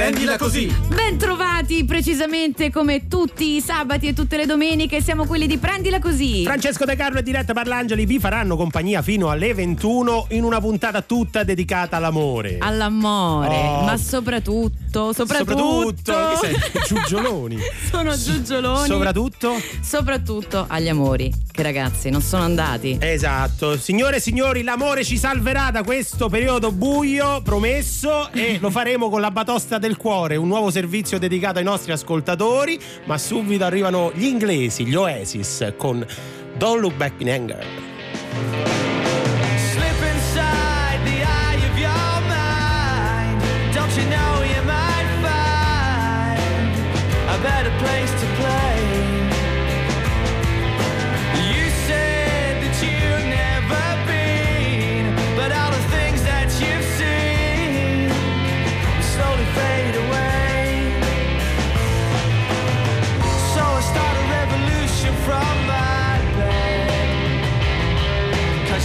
Prendila così. Ben trovati, precisamente come tutti i sabati e tutte le domeniche, siamo quelli di Prendila Così. Francesco De Carlo e Diretta Parlangeli vi faranno compagnia fino alle 21 in una puntata tutta dedicata all'amore. All'amore, ma soprattutto Chi sei? Giugioloni. Sono giugioloni. Soprattutto agli amori, che ragazzi non sono andati. Esatto. Signore e signori, l'amore ci salverà da questo periodo buio, promesso, e lo faremo con la batosta del cuore, un nuovo servizio dedicato ai nostri ascoltatori, ma subito arrivano gli inglesi, gli Oasis, con Don't Look Back in Anger. Slip inside the eye of your mind. Don't you know you might find a better place to play? You said that you've never been, but all the things that you've seen slowly fade away. So I start a revolution from my bed, 'cause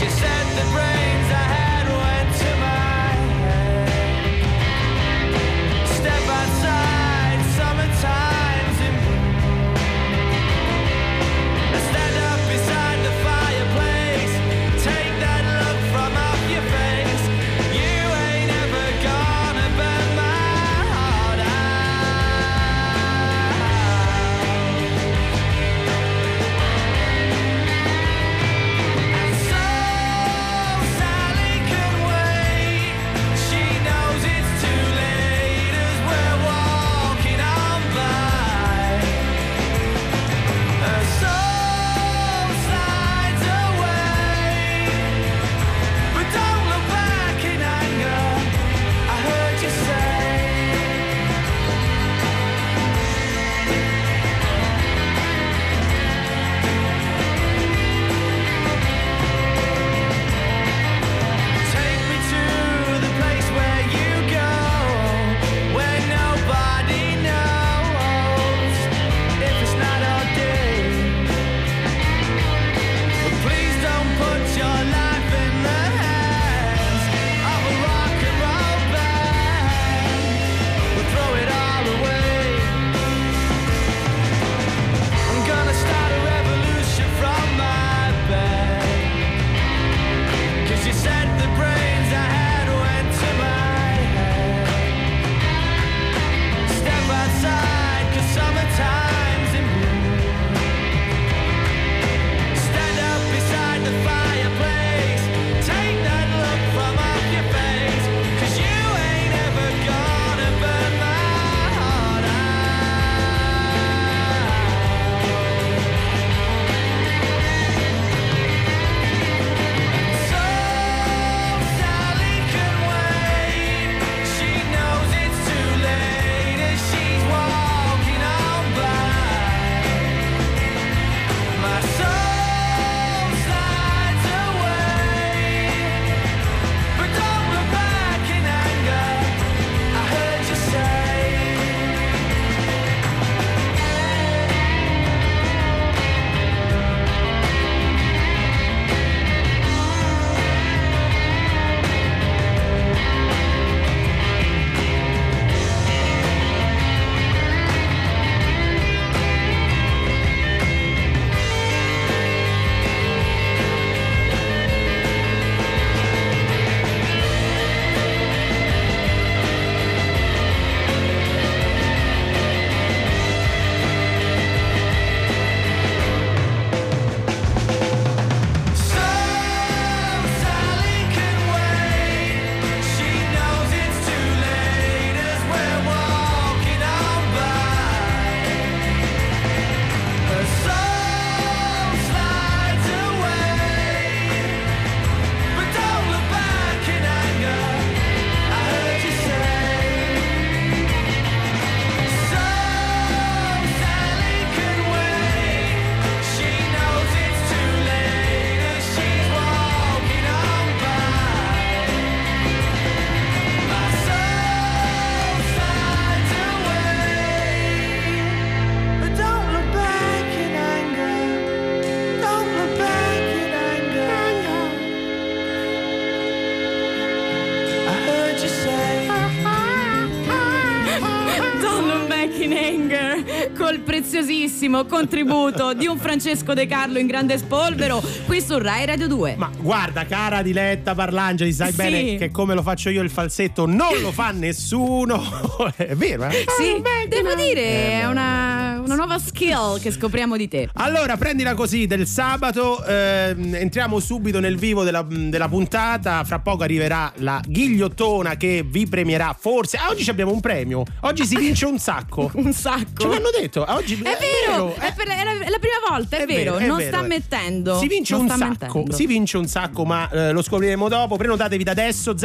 in Anger col preziosissimo contributo di un Francesco De Carlo in grande spolvero qui su Rai Radio 2. Ma guarda, cara Diletta Parlangeli, sai Sì. bene che come lo faccio io il falsetto non lo fa nessuno. È vero, eh? Sì, devo dire, è una nuova skill che scopriamo di te. Allora, prendila così del sabato, entriamo subito nel vivo della puntata. Fra poco arriverà la ghigliottona che vi premierà forse. Oggi abbiamo un premio. Oggi si vince un sacco. Un sacco. Ce l'hanno detto. Oggi È vero, è la prima volta, è vero, non sta ammettendo. Si vince non un sta sacco. ammettendo. Si vince un sacco, ma lo scopriremo dopo. Prenotatevi da adesso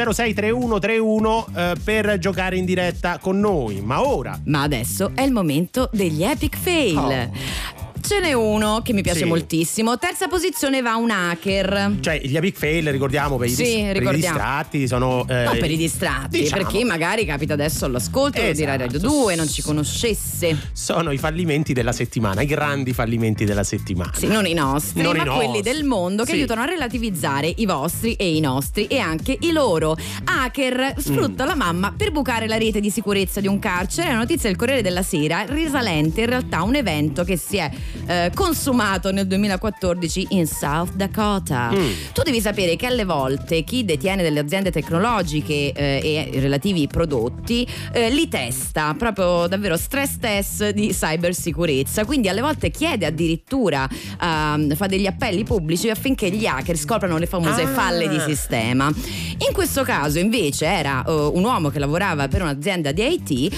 063131 per giocare in diretta con noi. Ma ora Ma adesso è il momento degli epic fail. Oh. Ce n'è uno che mi piace Sì. moltissimo. Terza posizione va un hacker. Cioè gli epic fail, ricordiamo, per i per i distratti sono No, per i distratti, diciamo, per chi magari capita adesso all'ascolto di Rai Radio 2 non ci conoscesse. sono i fallimenti della settimana, i grandi fallimenti della settimana. Sì, non i nostri, Non ma i quelli nostri. del mondo che Sì. aiutano a relativizzare i vostri e i nostri e anche i loro. Hacker sfrutta la mamma per bucare la rete di sicurezza di un carcere. È una notizia del Corriere della Sera risalente in realtà a un evento che si è consumato nel 2014 in South Dakota. Tu devi sapere che alle volte chi detiene delle aziende tecnologiche e relativi prodotti li testa, proprio davvero stress test di cybersicurezza, quindi alle volte chiede addirittura fa degli appelli pubblici affinché gli hacker scoprano le famose falle di sistema. In questo caso invece era un uomo che lavorava per un'azienda di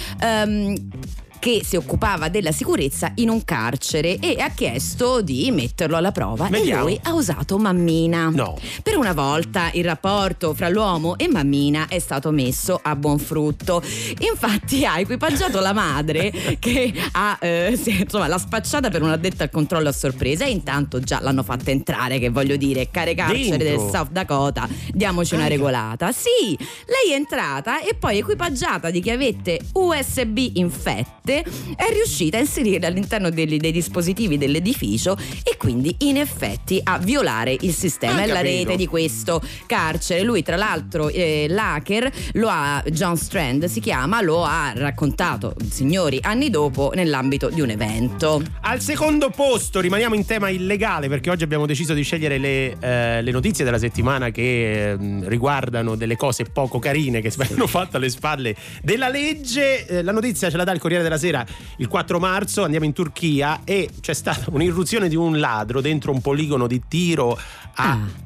IT che si occupava della sicurezza in un carcere e ha chiesto di metterlo alla prova. Vediamo. E lui ha usato mammina. No. Per una volta il rapporto fra l'uomo e mammina è stato messo a buon frutto. Infatti ha equipaggiato la madre che l'ha spacciata per un'addetta al controllo a sorpresa e intanto già l'hanno fatta entrare, che voglio dire, care carcere Dentro. del South Dakota, diamoci una regolata. Sì, lei è entrata e poi equipaggiata di chiavette USB infette è riuscita a inserire all'interno dei dispositivi dell'edificio e quindi in effetti a violare il sistema e la capito. rete di questo carcere. Lui tra l'altro l'hacker John Strand si chiama, lo ha raccontato, signori, anni dopo nell'ambito di un evento. Al secondo posto rimaniamo in tema illegale, perché oggi abbiamo deciso di scegliere le notizie della settimana che riguardano delle cose poco carine che vengono fatte alle spalle della legge. La notizia ce la dà il Corriere della Sera il 4 marzo. Andiamo in Turchia e c'è stata un'irruzione di un ladro dentro un poligono di tiro a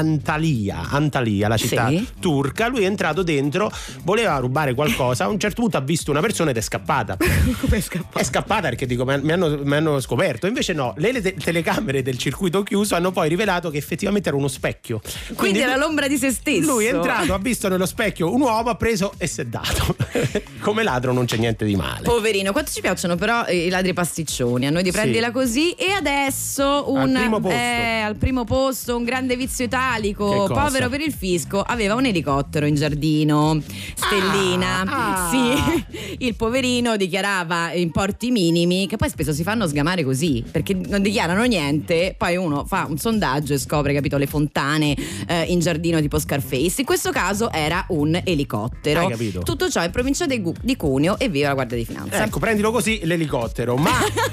Antalya, la città Sì. turca. Lui è entrato dentro, voleva rubare qualcosa, a un certo punto ha visto una persona ed è scappata. Come è scappato? È scappata perché dico mi hanno scoperto. Invece no, le telecamere del circuito chiuso hanno poi rivelato che effettivamente era uno specchio. Quindi era l'ombra di se stesso. Lui è entrato, ha visto nello specchio un uomo, ha preso e si è dato. Come ladro non c'è niente di male. Poverino, quanto ci piacciono però i ladri pasticcioni, a noi di prendila così. E adesso al primo posto un grande vizio italico, Che cosa? povero per il fisco, aveva un elicottero in giardino. Stellina. Sì, il poverino dichiarava importi minimi che poi spesso si fanno sgamare così, perché non dichiarano niente, poi uno fa un sondaggio e scopre, capito, le fontane in giardino tipo Scarface. In questo caso era un elicottero. Hai capito? Tutto ciò in provincia di Cuneo e viva la Guardia di Finanza. Ecco, prendilo così l'elicottero. Ma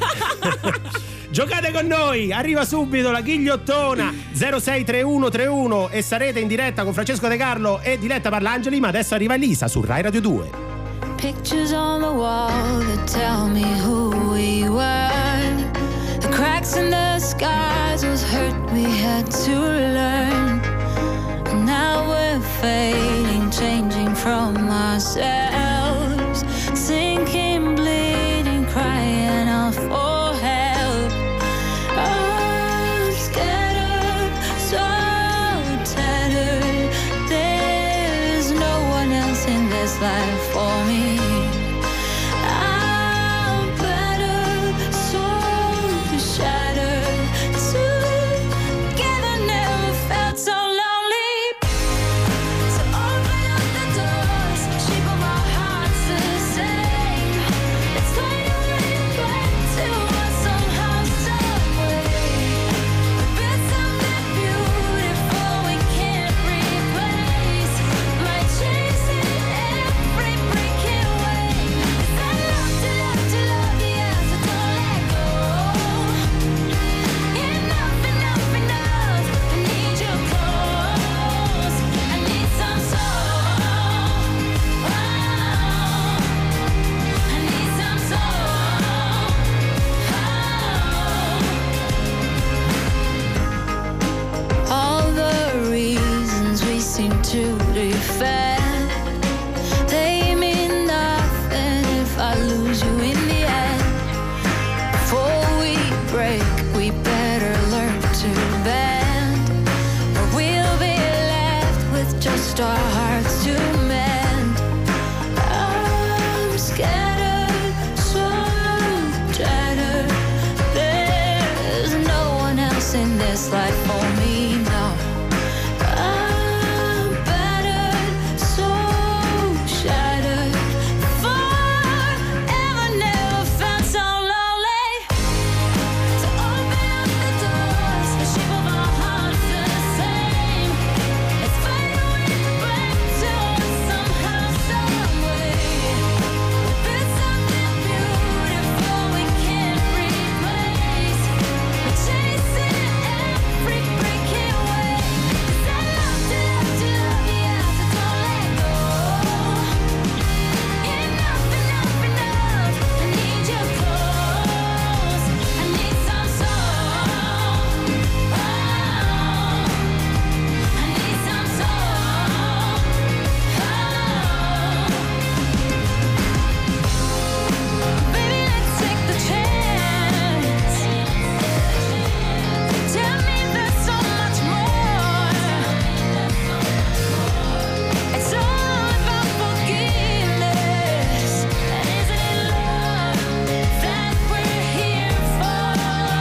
giocate con noi, arriva subito la ghigliottona 063131 e sarete in diretta con Francesco De Carlo e Diletta Parlangeli. Ma adesso arriva Elisa su Rai Radio 2. Pictures on the wall that tell me who we were. The cracks in the skies was hurt we had to learn. Now we're fading, changing from ourselves, sinking, bleeding, crying out for help. I'm scattered, so tattered. There's no one else in this life for me. I'm better, so shattered. Together never felt so lonely. So open up the doors, shape of our hearts the same. Let's find a way back to us somehow, some way. The best of the beautiful we can't replace. My chasing every breaking defend. They mean nothing if I lose you in the end. Before we break, we better learn to bend, or we'll be left with just our hearts to mend. I'm scattered, so shattered. There's no one else in this life for me now. I'm battered, so shattered. Forever never felt so lonely. So open up the doors, the shape of our hearts the same. Let's find a way back to us somehow, some way. There's something beautiful we can't replace. We're chasing every breaking wave. 'Cause I love to love to love you, so don't let go. Enough, enough, enough. I need you close. I need some soul. Oh, I need some soul. Oh, baby, let's take the chance. Tell me there's so much more. It's all about forgiveness. And isn't it love that we're here for?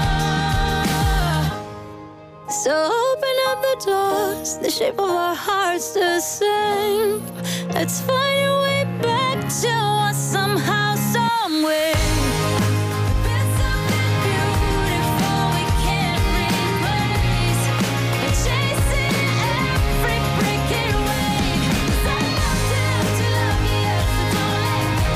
So open up the doors, the shape of our hearts the same. Let's find a way back to us somehow, some way. There's something beautiful we can't replace. We're chasing every breaking wave. 'Cause I love to love you, so don't let go.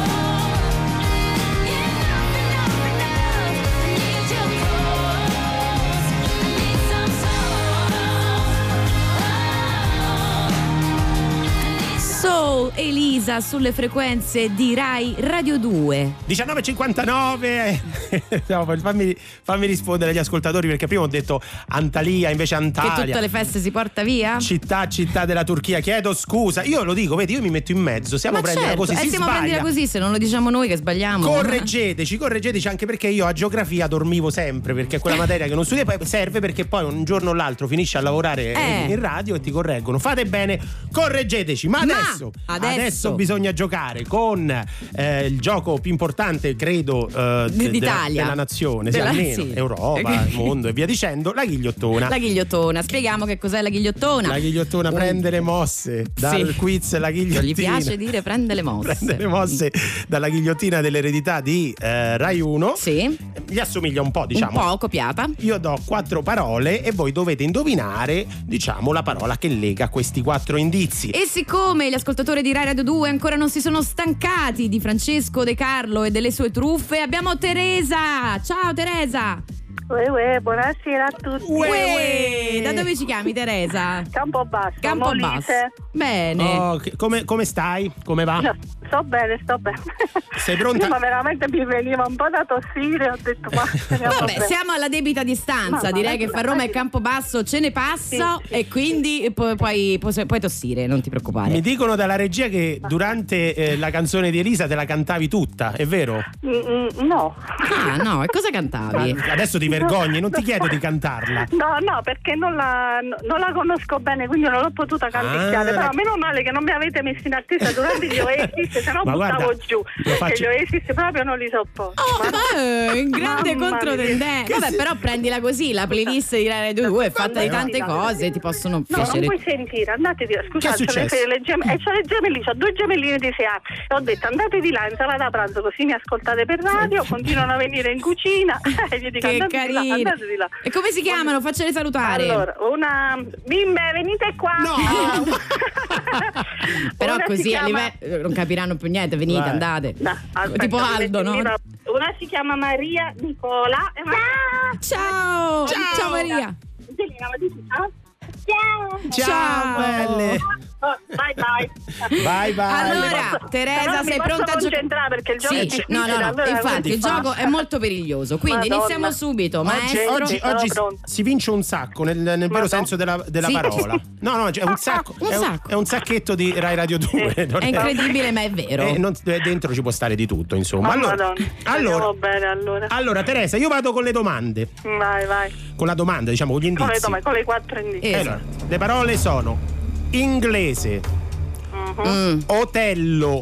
Enough, enough, enough. I need you close. I need some Soul, Elisa sulle frequenze di Rai Radio 2. 19.59. No, fammi rispondere agli ascoltatori, perché prima ho detto Antalya, invece Che Antalya. tutte le feste si porta via? Città della Turchia. Chiedo scusa, io lo dico, vedi, io mi metto in mezzo. Siamo Ma prendila certo, così, si stiamo a sbaglia. prendila così, se non lo diciamo noi che sbagliamo. Correggeteci, anche perché io a geografia dormivo sempre, perché è quella materia che non studio, poi serve perché poi un giorno o l'altro finisci a lavorare in radio e ti correggono. Fate bene, correggeteci. Ma adesso bisogna giocare con il gioco più importante, credo, d'Italia, della nazione, almeno Europa, mondo e via dicendo, la ghigliottona. La ghigliottona, spieghiamo che cos'è la ghigliottona. La ghigliottona prende le mosse dal quiz La Ghigliottina. Gli piace dire prende le mosse. Prende le mosse dalla ghigliottina dell'eredità di Rai 1. Sì. Gli assomiglia un po', diciamo. Un po' copiata. Io do 4 parole e voi dovete indovinare, diciamo, la parola che lega questi 4 indizi. E siccome gli ascoltatori di Rai Radio 2 ancora non si sono stancati di Francesco De Carlo e delle sue truffe, abbiamo Teresa. Ciao Teresa. Buonasera a tutti. Da dove ci chiami, Teresa? Campobasso. Campobasso. Molise. Bene. Oh, come stai? Come va? No, sto bene. Sei pronta? Ma veramente mi veniva un po' da tossire, ho detto vabbè, siamo alla debita distanza, direi che fra Roma e Campobasso ce ne passa, sì. E quindi puoi tossire, non ti preoccupare. Mi dicono dalla regia che durante la canzone di Elisa te la cantavi tutta, è vero? No. Ah no, e cosa cantavi? Adesso ti vergogni, non ti chiedo di cantarla. No, perché non la conosco bene, quindi non l'ho potuta canticchiare. Però meno male che non mi avete messo in attesa durante gli Oasis, se no buttavo giù. Che gli Oasis proprio non li sopporto. In grande controtendenza. Vabbè, però prendila così, la playlist di Radio 2 è fatta di tante cose, ti possono piacere. Non puoi sentire, andate di là. Scusate, c'ho le gemelline, c'ho 2 gemellini di 6 anni. E ho detto andate di là in sala da pranzo, così mi ascoltate per radio, continuano a venire in cucina. E gli dico, che carino. Andate di là. E come si chiamano? Faccele salutare. Allora, una bimbe, venite qua. No. Però una così a livello non capiranno più niente, venite, andate. No, aspetta, tipo Aldo, no? Una si chiama Maria Nicola. Ciao Maria. Ciao. Ciao belle. Vai. Allora, Teresa, sei pronta a giocare? Perché il gioco è difficile. No, infatti il gioco è molto periglioso, quindi iniziamo subito. Maestro, oggi si vince un sacco nel vero senso della parola. No, è un sacco. È un sacchetto di Rai Radio 2. È incredibile, ma è vero. Dentro ci può stare di tutto, insomma. Allora, Teresa, io vado con le domande. Vai. Con la domanda, diciamo, con gli indizi. Con le 4 indizi. Allora, le parole sono inglese, Otello,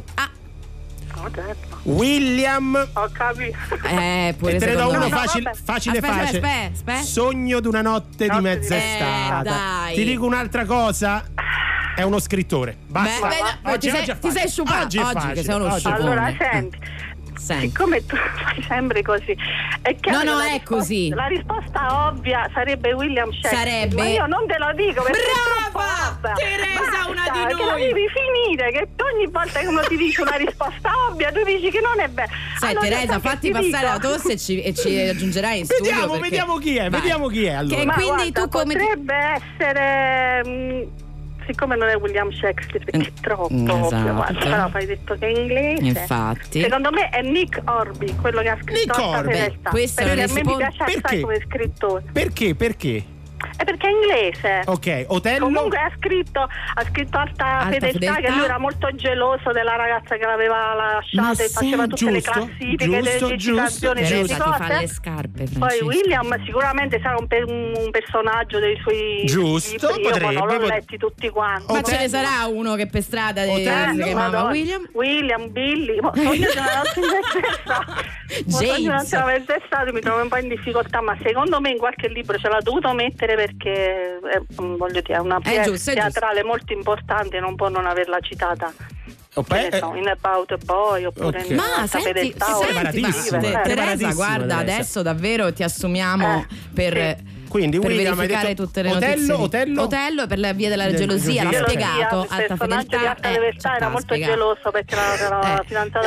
William. Ho capito. Pure e te ne do uno facile. Aspetta. Sogno di una notte di mezz'estate. Dai. Ti dico un'altra cosa. È uno scrittore. Basta. Ti sei sciupato oggi che sei uno sciupone. Allora, senti. Siccome tu fai sempre così, è che no, è così. La risposta ovvia sarebbe William Shakespeare. Sarebbe. Ma io non te lo dico perché brava Teresa, una di noi. Che la devi finire, che ogni volta che uno ti dice una risposta ovvia tu dici che non è vero. Sai, allora, Teresa, fatti passare la tosse e ci aggiungerai in studio. Vediamo chi è allora. Quindi tu come potrebbe essere siccome non è William Shakespeare perché è troppo ovvio, però hai detto che è inglese. Infatti. Secondo me è Nick Horby, quello che ha scritto Alta Fedeltà. Perché a me mi piace assai come scrittore. Perché? È perché è inglese. Ok, Otello. Comunque ha scritto Alta Fedeltà, che lui era molto geloso della ragazza che l'aveva lasciato e faceva tutte le classifiche delle citazioni e Teresa ti fa le scarpe, Francesca. Poi William sicuramente sarà un personaggio dei suoi giusto, libri. Io non l'ho letti tutti quanti. Ma ce ne sarà uno che per strada si chiamava William, Billy. Sogno di una notte mezz'estate mi trovo un po' in difficoltà, ma secondo me in qualche libro ce l'ha dovuto mettere perché voglio dire, è una pièce teatrale molto importante e non può non averla citata. In About a Boy oppure in Alta Fedeltà. Teresa, guarda, adesso davvero ti assumiamo per quindi William verificare tutte le notizie. Otello per la via della gelosia, l'ha spiegato. Alta Fedeltà era molto geloso perché la fidanzata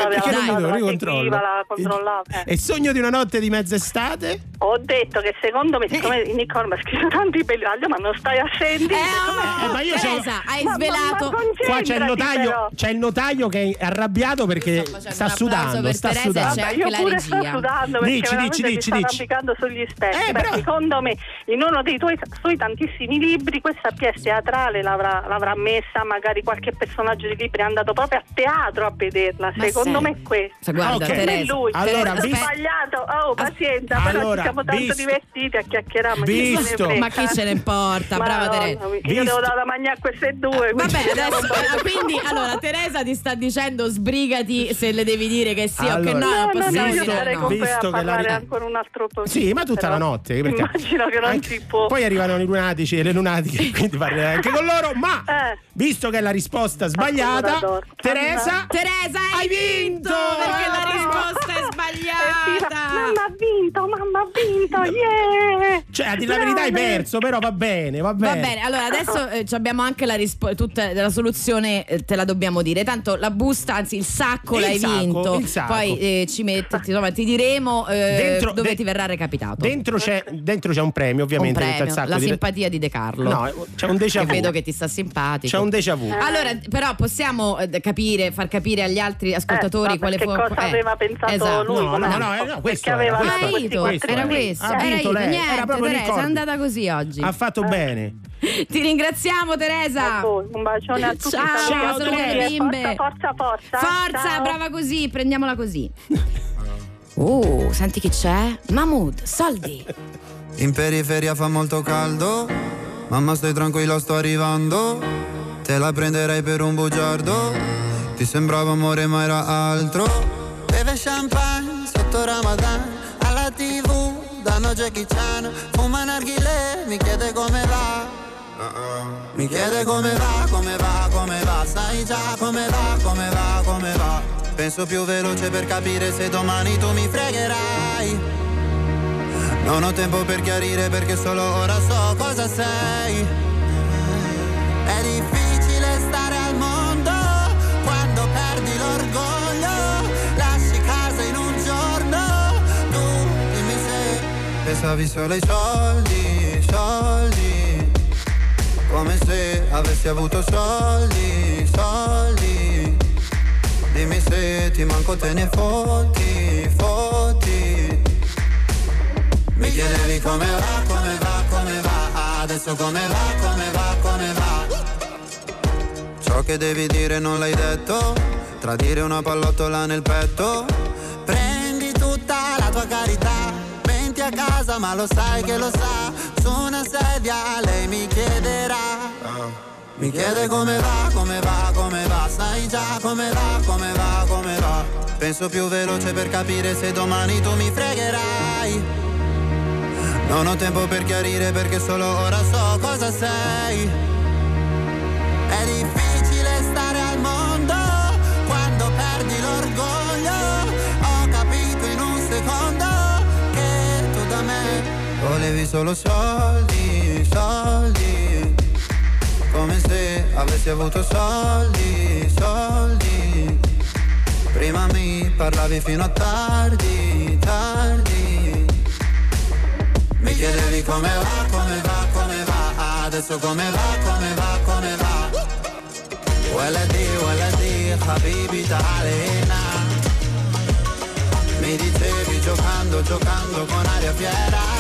la controllava. E Sogno di una notte di mezz'estate? Ho detto che secondo me, siccome Nick Horby ha scritto tanti belli, ma non stai a sentire. Ma io hai svelato. Qua c'è il notaio che è arrabbiato perché sta sudando. C'è anche la regia. Sto sudando perché dici. sta arrampicando sugli specchi. Secondo me in uno dei suoi tantissimi libri questa pièce teatrale l'avrà messa, magari qualche personaggio di libri è andato proprio a teatro a vederla. Secondo me è questo. Guarda, Teresa, lui. Allora, sbagliato. Pazienza, però ci siamo tanto divertiti a chiacchierare. Ma chi se ne importa? Brava Teresa. Io devo dare da mangiare a queste due. Vabbè, adesso quindi allora Teresa ti sta dicendo sbrigati se le devi dire che sì o che no. Non possiamo visto che ancora un altro po'. Sì, ma tutta la notte. Immagino che non si può. Poi arrivano i lunatici e le lunatiche, quindi parlerei anche con loro. Ma visto che è la risposta sbagliata, Teresa, hai vinto! Perché la risposta è sbagliata. Mamma ha vinto, yeah! Cioè, a dire la verità hai perso, però va bene. Va bene, allora adesso abbiamo anche tutta la soluzione, te la dobbiamo dire. Tanto la busta, anzi il sacco l'hai vinto. Poi ti diremo dove ti verrà recapitato. Dentro c'è un premio, ovviamente. La simpatia di De Carlo. No, c'è un déjà vu. Vedo che ti sta simpatico. C'è un déjà vu. Allora, però possiamo far capire agli altri ascoltatori quale fu. Cosa aveva pensato lui? No, questo era questo. Era io. Niente, Teresa è andata così oggi. Ha fatto bene. Ti ringraziamo, Teresa. Un bacione a tutti. Ciao, sono le bimbe. Forza. Brava così, prendiamola così. Senti chi c'è? Mahmood, soldi. In periferia fa molto caldo, mamma stai tranquilla, sto arrivando. Te la prenderei per un bugiardo, ti sembrava amore ma era altro. Beve champagne sotto Ramadan, alla TV danno Jackie Chan. Fuma narghile, mi chiede come va. Mi chiede come va, sai già come va. Penso più veloce per capire se domani tu mi fregherai. Non ho tempo per chiarire perché solo ora so cosa sei. È difficile stare al mondo quando perdi l'orgoglio. Lasci casa in un giorno, tu dimmi se pensavi solo ai soldi. come se avessi avuto soldi, soldi. Dimmi se ti manco te ne fotti, fotti. Mi chiedevi come va, come va, come va. Adesso come va, come va, come va. Ciò che devi dire non l'hai detto. Tradire una pallottola nel petto. Prendi tutta la tua carità. Venti a casa ma lo sai che lo sa. Su una sedia lei mi chiederà. Mi chiede come va, come va, come va. Sai già come va, come va, come va. Penso più veloce per capire se domani tu mi fregherai. Non ho tempo per chiarire perché solo ora so cosa sei. È difficile stare al mondo quando perdi l'orgoglio. Ho capito in un secondo che tu da me volevi solo soldi, soldi. Come se avessi avuto soldi, soldi. Prima mi parlavi fino a tardi, tardi. Mi chiedevi come va, come va, come va. Adesso come va, come va, come va. Waladi, habibi ta'alena. Mi dicevi giocando, giocando con aria fiera.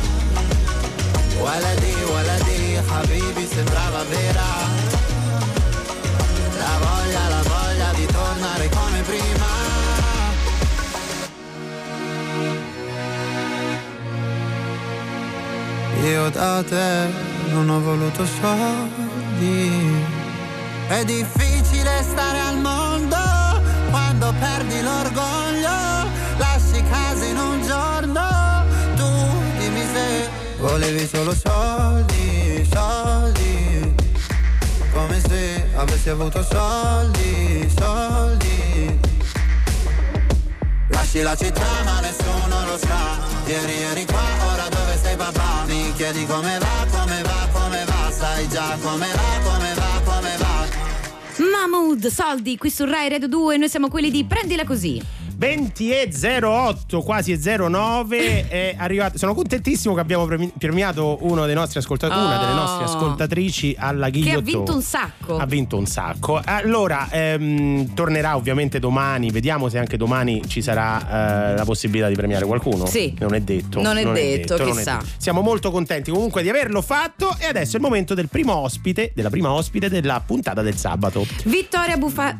Waladi, habibi sembrava vera. La voglia di tornare come prima. Io da te non ho voluto soldi. È difficile stare al mondo quando perdi l'orgoglio. Lasci casa in un giorno. Tu dimmi se volevi solo soldi, soldi. Come se avessi avuto soldi, soldi. Lasci la città ma nessuno lo sa. Ieri eri qua, ora dove sei papà? Mi chiedi come va, come va, come va. Sai già come va, come va, come va. Mahmood, soldi, qui su Rai Radio 2. Noi siamo quelli di Prendila Così. 20:08, quasi 09 è arrivato. Sono contentissimo che abbiamo premiato uno dei nostri ascoltatori, una delle nostre ascoltatrici alla Ghigliotto. Che ha vinto un sacco. Ha vinto un sacco. Allora, tornerà ovviamente domani. Vediamo se anche domani ci sarà la possibilità di premiare qualcuno. Sì. Non è detto. Non è detto, chissà. Siamo molto contenti comunque di averlo fatto. E adesso è il momento del primo ospite, della prima ospite della puntata del sabato. Vittoria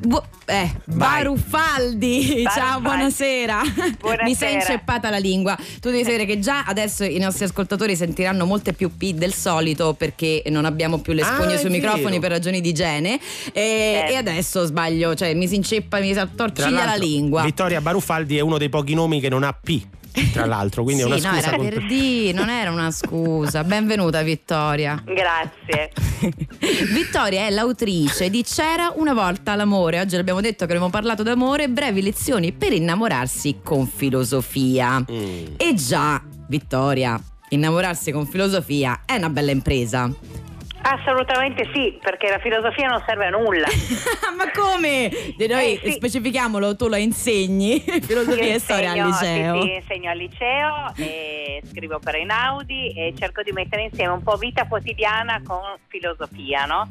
Baruffaldi. Ciao. Buonasera. Mi sei inceppata la lingua. Tu devi sapere che già adesso i nostri ascoltatori sentiranno molte più P del solito perché non abbiamo più le spugne sui microfoni per ragioni di igiene e adesso sbaglio, cioè mi si inceppa, mi si attorciglia la lingua. Vittoria Baruffaldi è uno dei pochi nomi che non ha P, tra l'altro, quindi sì, è una scusa. No, era per dire, non era una scusa. Benvenuta Vittoria. Grazie. Vittoria è l'autrice di C'era una volta l'amore. Oggi l'abbiamo detto che abbiamo parlato d'amore, brevi lezioni per innamorarsi con filosofia. E già, Vittoria, innamorarsi con filosofia è una bella impresa. Assolutamente sì, perché la filosofia non serve a nulla. Ma come? Noi sì. Specifichiamolo, tu la insegni filosofia e storia al liceo. Sì, insegno al liceo e scrivo per Einaudi e cerco di mettere insieme un po' vita quotidiana con filosofia, no?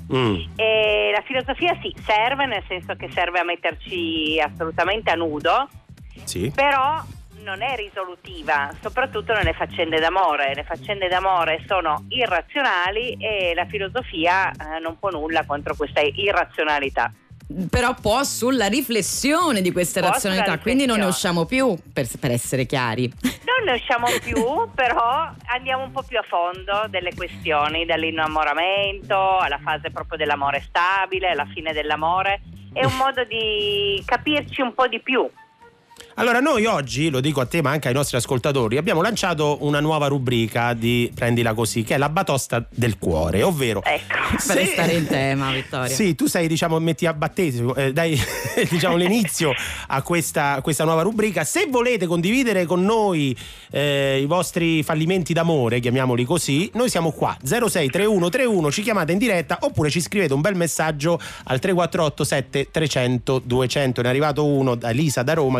E la filosofia sì, serve, nel senso che serve a metterci assolutamente a nudo. Sì. Però non è risolutiva, soprattutto nelle faccende d'amore. Le faccende d'amore sono irrazionali e la filosofia non può nulla contro questa irrazionalità. Però può sulla riflessione di queste razionalità, quindi non ne usciamo più, per essere chiari. Non ne usciamo più, però andiamo un po' più a fondo delle questioni, dall'innamoramento alla fase proprio dell'amore stabile, alla fine dell'amore. È un modo di capirci un po' di più. Allora noi oggi, lo dico a te ma anche ai nostri ascoltatori, abbiamo lanciato una nuova rubrica di Prendila Così, che è la batosta del cuore, ovvero per restare in tema, Vittoria. Sì, tu sei, diciamo, metti a battesimo, dai diciamo l'inizio a questa nuova rubrica. Se volete condividere con noi i vostri fallimenti d'amore, chiamiamoli così, noi siamo qua 063131, ci chiamate in diretta oppure ci scrivete un bel messaggio al 348 7300 200. Ne è arrivato uno da Lisa da Roma che dice: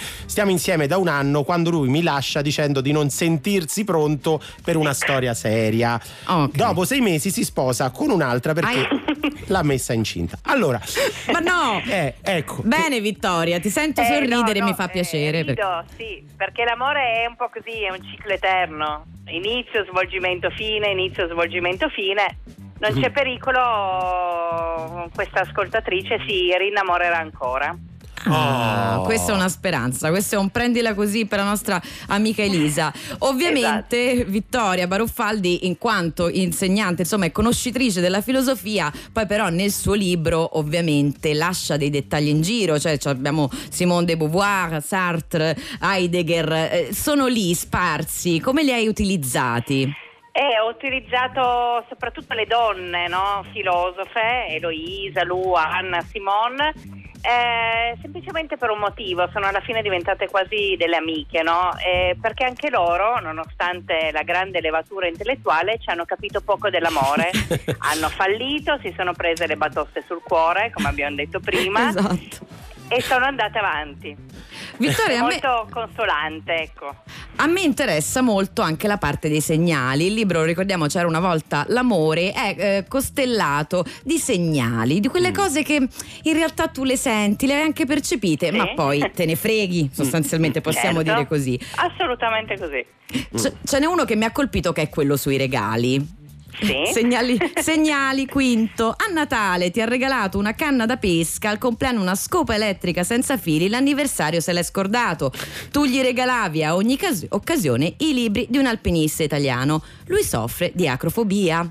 stiamo insieme da un anno, quando lui mi lascia dicendo di non sentirsi pronto per una storia seria. Okay. Dopo 6 mesi si sposa con un'altra perché l'ha messa incinta. Allora, ma no, ecco. Bene Vittoria, ti sento sorridere, mi fa piacere. Rido, sì, perché l'amore è un po' così, è un ciclo eterno. Inizio, svolgimento, fine, inizio, svolgimento, fine. Non c'è pericolo, questa ascoltatrice si rinnamorerà ancora. Questa è una speranza, questo è un prendila così per la nostra amica Elisa. Ovviamente esatto. Vittoria Baruffaldi, in quanto insegnante, insomma è conoscitrice della filosofia, poi però nel suo libro ovviamente lascia dei dettagli in giro, cioè abbiamo Simone de Beauvoir, Sartre, Heidegger, sono lì sparsi, come li hai utilizzati? Ho utilizzato soprattutto le donne, no? Filosofe, Eloisa, Lu, Anna, Simone, semplicemente per un motivo, sono alla fine diventate quasi delle amiche, no? Perché anche loro, nonostante la grande levatura intellettuale, ci hanno capito poco dell'amore, hanno fallito, si sono prese le batoste sul cuore, come abbiamo detto prima, esatto. E sono andate avanti. Vittoria, molto consolante, ecco. A me interessa molto anche la parte dei segnali. Il libro, ricordiamo, c'era una volta l'amore, è costellato di segnali, di quelle cose che in realtà tu le senti, le hai anche percepite, ma poi te ne freghi, sostanzialmente possiamo dire così. Assolutamente così. Ce n'è uno che mi ha colpito, che è quello sui regali. Sì. Segnali, quinto. A Natale ti ha regalato una canna da pesca, al compleanno una scopa elettrica senza fili, l'anniversario se l'è scordato. Tu gli regalavi a ogni occasione i libri di un alpinista italiano. Lui soffre di acrofobia.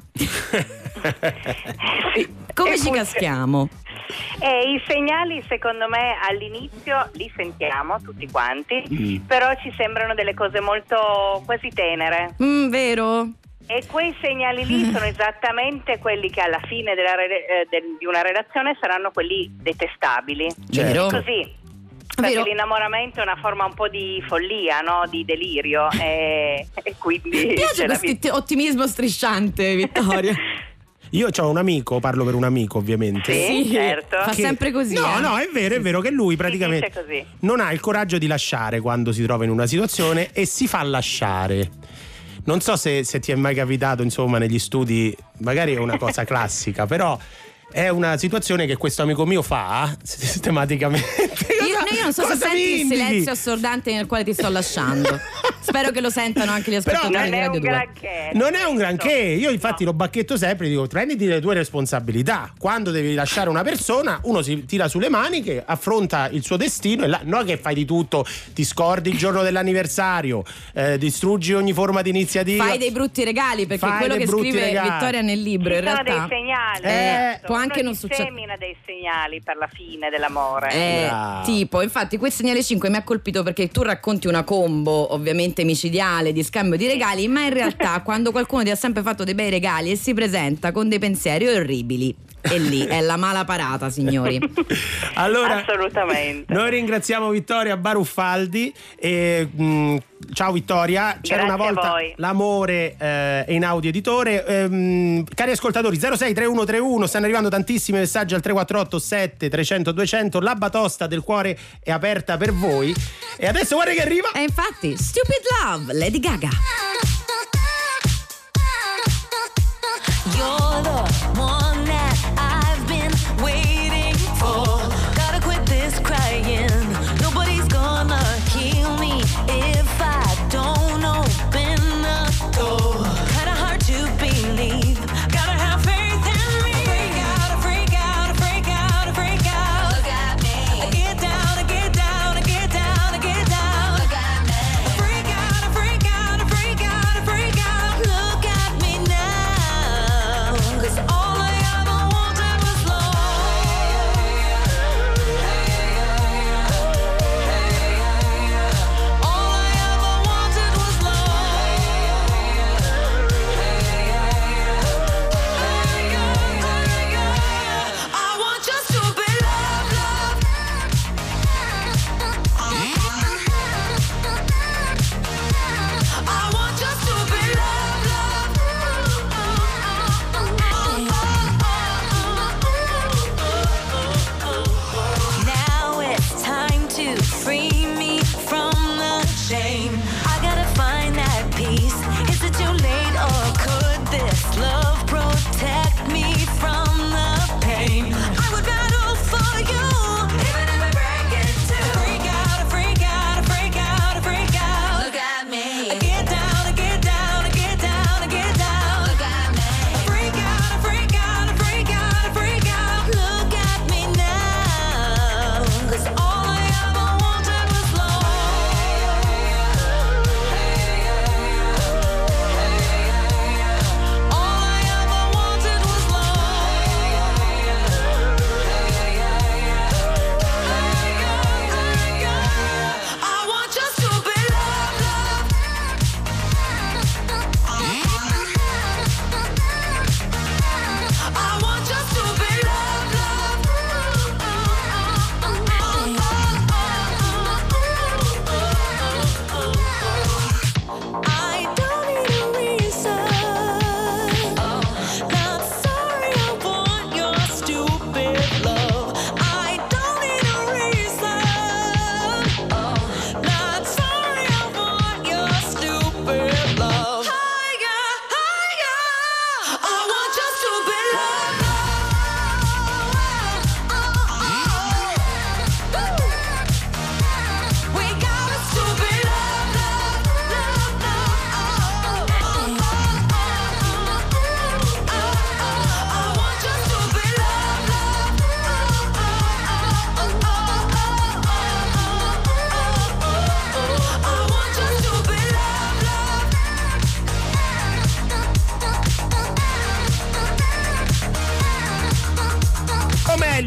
Come ci caschiamo? I segnali secondo me all'inizio li sentiamo tutti quanti, però ci sembrano delle cose molto quasi tenere. Vero? E quei segnali lì sono esattamente quelli che alla fine di una relazione saranno quelli detestabili. Vero? Così. Perché l'innamoramento è una forma un po' di follia, no? Di delirio. E quindi. Mi piace questo ottimismo strisciante, Vittoria. Io ho un amico, parlo per un amico ovviamente. Sì, certo. Fa sempre così. No, è vero che lui praticamente non ha il coraggio di lasciare quando si trova in una situazione e si fa lasciare. Non so se ti è mai capitato, insomma, negli studi, magari è una cosa classica, però è una situazione che questo amico mio fa sistematicamente. Io non so se senti il silenzio assordante nel quale ti sto lasciando. Spero che lo sentano anche gli ascoltatori di Radio 2. Non è un granché. Io infatti lo bacchetto sempre, dico prenditi le tue responsabilità. Quando devi lasciare una persona, uno si tira sulle maniche, affronta il suo destino e non che fai di tutto, ti scordi il giorno dell'anniversario, distruggi ogni forma di iniziativa. Fai dei brutti regali, perché quello che scrive Vittoria nel libro in realtà sono dei segnali. Può anche non succedere. Semina dei segnali per la fine dell'amore. Tipo, infatti quel segnale 5 mi ha colpito perché tu racconti una combo ovviamente micidiale di scambio di regali, ma in realtà quando qualcuno ti ha sempre fatto dei bei regali e si presenta con dei pensieri orribili, e lì è la mala parata, signori. Allora, assolutamente. Noi ringraziamo Vittoria Baruffaldi e ciao Vittoria. C'era una volta l'amore in audio editore. Cari ascoltatori, 063131, stanno arrivando tantissimi messaggi al 348 7 300 200. La batosta del cuore è aperta per voi. E adesso guarda che arriva. E infatti, Stupid Love, Lady Gaga. You're the one that I've been waiting for. Gotta quit this crying. Nobody's gonna kill me if I don't open the door. Kinda hard to believe. Gotta have faith in me. Freak out, freak out, freak out. Look at me. I get down, I get down, I get down, I get down. Look at me. Freak out, freak out, freak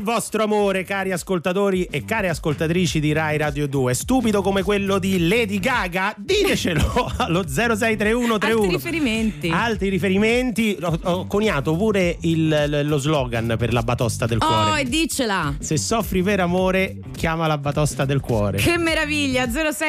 vostro amore, cari ascoltatori e care ascoltatrici di Rai Radio 2, è stupido come quello di Lady Gaga? Ditecelo allo 063131. Altri riferimenti. Ho coniato pure lo slogan per la batosta del cuore. Oh, e diccela. Se soffri per amore, chiama la batosta del cuore. Che meraviglia.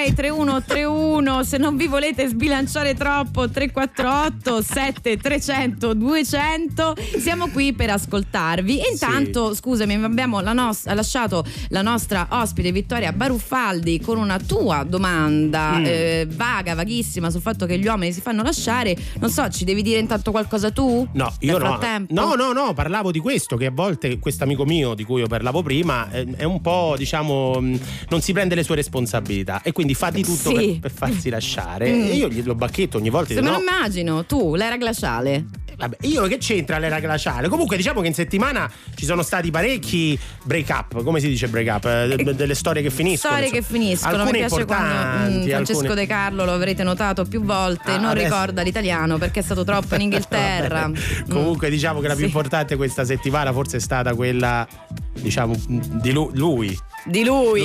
063131. Se non vi volete sbilanciare troppo, 348 7300 200. Siamo qui per ascoltarvi. E intanto, scusami, abbiamo lasciato la nostra ospite Vittoria Baruffaldi con una tua domanda vaga, vaghissima, sul fatto che gli uomini si fanno lasciare. Non so, ci devi dire intanto qualcosa tu? No, io no, parlavo di questo, che a volte questo amico mio di cui io parlavo prima è un po', diciamo, non si prende le sue responsabilità e quindi fa di tutto per farsi lasciare. E io glielo bacchetto ogni volta. Se me lo immagino, tu, l'era glaciale. Vabbè, io che c'entra l'era glaciale? Comunque diciamo che in settimana ci sono stati parecchi break up, come si dice break up? Delle storie che finiscono. Che finiscono. Alcune mi piace importanti, quando Francesco De Carlo, lo avrete notato più volte, non ricorda l'italiano perché è stato troppo in Inghilterra. Comunque diciamo che la più importante questa settimana forse è stata quella, diciamo, di lui. Di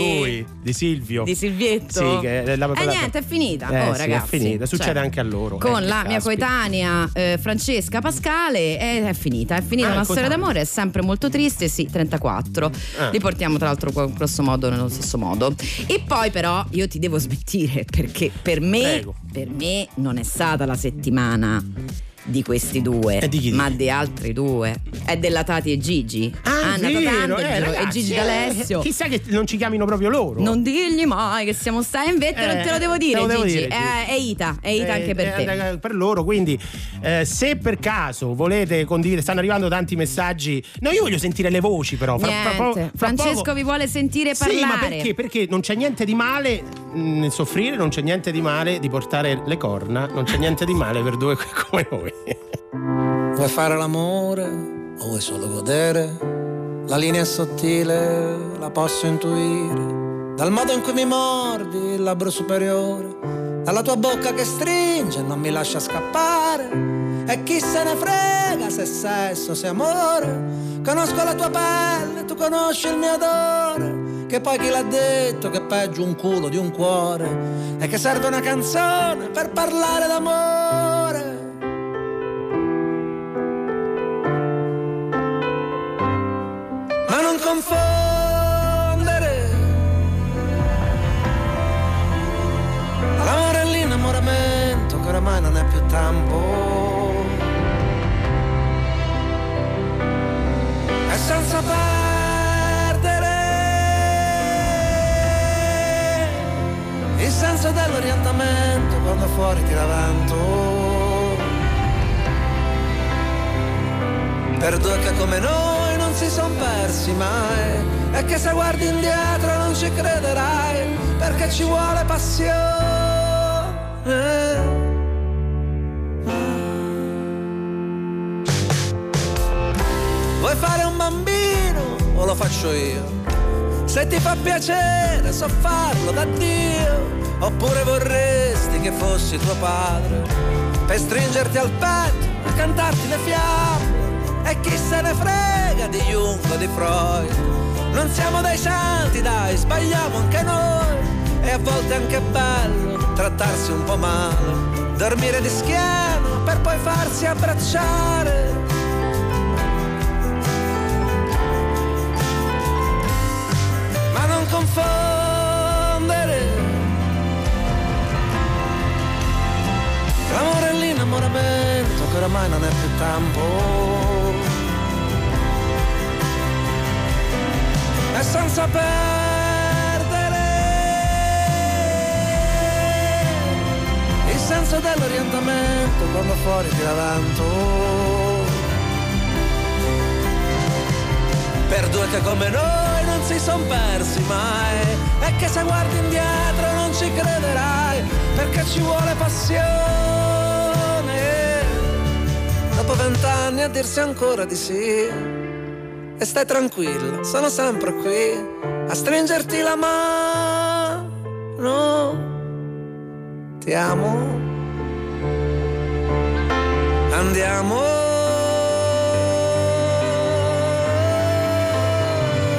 Silvio. Di Silvietto. Sì, che niente, è finita. Ragazzi, è finita. Succede anche a loro. Con la mia coetanea Francesca Pascale è finita. È finita una storia d'amore, è sempre molto triste. Sì, 34. Li portiamo tra l'altro grosso modo nello stesso modo. E poi però io ti devo smentire, perché per me non è stata la settimana di questi due, ma di altri due. È della Tati e Gigi. Anna Tatangelo e Gigi D'Alessio. Chissà che non ci chiamino proprio loro. Non digli mai che siamo stati in vetta, non te lo devo dire, Gigi. È Ita anche per te. Per loro, quindi se per caso volete condividere, stanno arrivando tanti messaggi. No, io voglio sentire le voci però. Francesco poco vi vuole sentire parlare. Sì, ma perché? Perché non c'è niente di male nel soffrire, non c'è niente di male di portare le corna, non c'è niente di male per due come noi. Vuoi fare l'amore o vuoi solo godere? La linea è sottile, la posso intuire, dal modo in cui mi mordi il labbro superiore, dalla tua bocca che stringe e non mi lascia scappare. E chi se ne frega se sesso, se amore. Conosco la tua pelle, tu conosci il mio odore. Che poi chi l'ha detto che è peggio un culo di un cuore, e che serve una canzone per parlare d'amore. Ma non confondere l'amore e l'innamoramento, che oramai non è più tempo, e senza perdere il senso dell'orientamento quando fuori tira vento. Per due che come noi non si son persi mai, e che se guardi indietro non ci crederai, perché ci vuole passione. Vuoi fare un bambino o lo faccio io? Se ti fa piacere so farlo da Dio, oppure vorresti che fossi tuo padre, per stringerti al petto e cantarti le fiamme. E chi se ne frega di Jung o di Freud? Non siamo dei santi, dai, sbagliamo anche noi. E a volte è anche bello trattarsi un po' male, dormire di schiena per poi farsi abbracciare. Ma non confondere l'amore e l'innamoramento, che oramai non è più tempo. E senza perdere il senso dell'orientamento quando fuori tira vento. Per due che come noi non si son persi mai, e che se guardi indietro non ci crederai, perché ci vuole passione. Dopo 20 anni a dirsi ancora di sì. E stai tranquilla, sono sempre qui a stringerti la mano. Ti amo. Andiamo.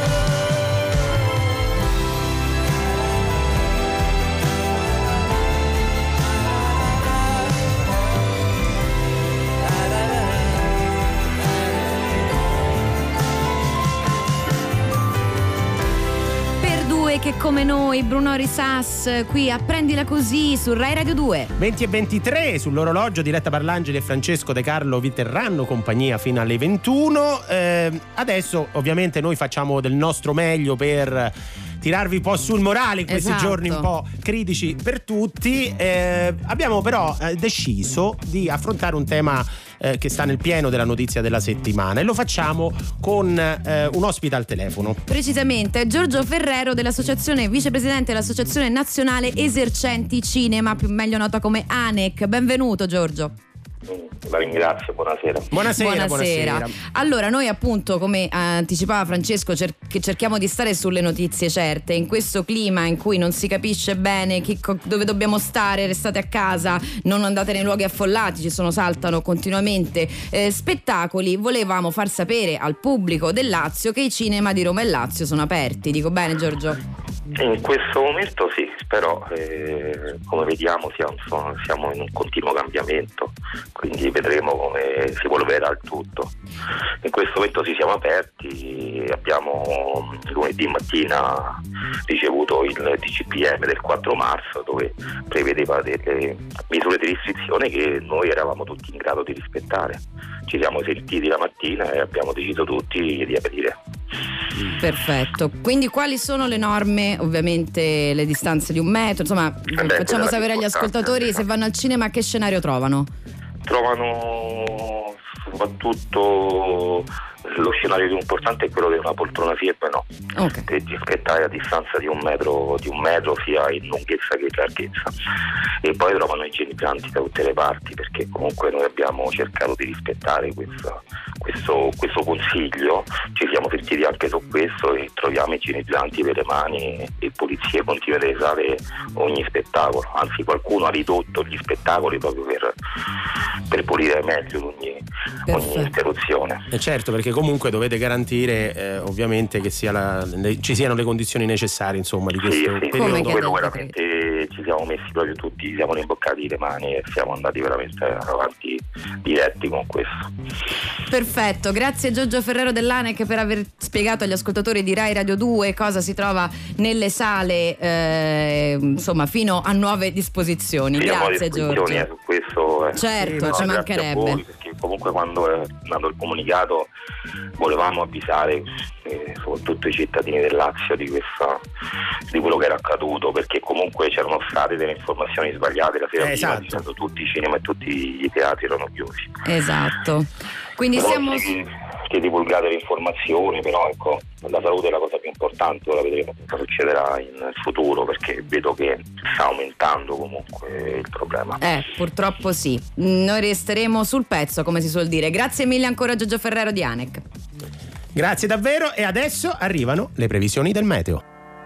che come noi, Brunori Sass, qui a Prendila Così su Rai Radio 2. 20:23 sull'orologio, Diletta Parlangeli e Francesco De Carlo vi terranno compagnia fino alle 21. Adesso ovviamente noi facciamo del nostro meglio per tirarvi un po' sul morale in questi giorni un po' critici per tutti. Abbiamo però deciso di affrontare un tema che sta nel pieno della notizia della settimana, e lo facciamo con un ospite al telefono. Precisamente Giorgio Ferrero, dell'associazione, vicepresidente dell'Associazione Nazionale Esercenti Cinema, più meglio nota come ANEC. Benvenuto Giorgio. La ringrazio, buonasera. Buonasera. Allora, noi appunto, come anticipava Francesco, cerchiamo di stare sulle notizie certe. In questo clima in cui non si capisce bene dove dobbiamo stare, restate a casa, non andate nei luoghi affollati, saltano continuamente spettacoli, volevamo far sapere al pubblico del Lazio che i cinema di Roma e Lazio sono aperti. Dico bene, Giorgio? In questo momento sì, però come vediamo siamo in un continuo cambiamento, quindi vedremo come si evolverà il tutto. In questo momento sì, siamo aperti, abbiamo lunedì mattina ricevuto il DCPM del 4 marzo dove prevedeva delle misure di restrizione che noi eravamo tutti in grado di rispettare. Ci siamo sentiti la mattina e abbiamo deciso tutti di aprire. Perfetto, quindi quali sono le norme? Ovviamente le distanze di 1 metro, insomma facciamo sapere agli ascoltatori se vanno al cinema che scenario trovano. Trovano soprattutto lo scenario più importante è quello di una poltrona sì e poi no, e di rispettare la distanza di un metro sia in lunghezza che in larghezza, e poi trovano i igienizzanti da tutte le parti, perché comunque noi abbiamo cercato di rispettare questo consiglio, ci siamo sentiti anche su questo e troviamo igienizzanti per le mani e pulizie continue delle sale ogni spettacolo, anzi qualcuno ha ridotto gli spettacoli proprio per pulire meglio ogni interruzione. Certo, perché comunque dovete garantire ovviamente che ci siano le condizioni necessarie, insomma, di questo periodo. Quello veramente ci siamo messi proprio tutti, siamo rimboccati le mani e siamo andati veramente avanti diretti con questo. Perfetto, grazie Giorgio Ferrero dell'ANEC per aver spiegato agli ascoltatori di Rai Radio 2 cosa si trova nelle sale, insomma, fino a nuove disposizioni. Grazie Giorgio. Su questo, certo, ci mancherebbe. Voi, perché comunque quando è nato il comunicato volevamo avvisare soprattutto i cittadini del Lazio di quello che era accaduto, perché comunque c'erano state delle informazioni sbagliate la sera prima, dicendo tutti i cinema e tutti i teatri erano chiusi. Esatto. Quindi siamo che divulgate le informazioni, però ecco, la salute è la cosa più importante. Ora vedremo cosa succederà in futuro, perché vedo che sta aumentando comunque il problema. Purtroppo sì. Noi resteremo sul pezzo, come si suol dire. Grazie mille ancora Giorgio Ferrero di ANEC. Grazie davvero, e adesso arrivano le previsioni del meteo.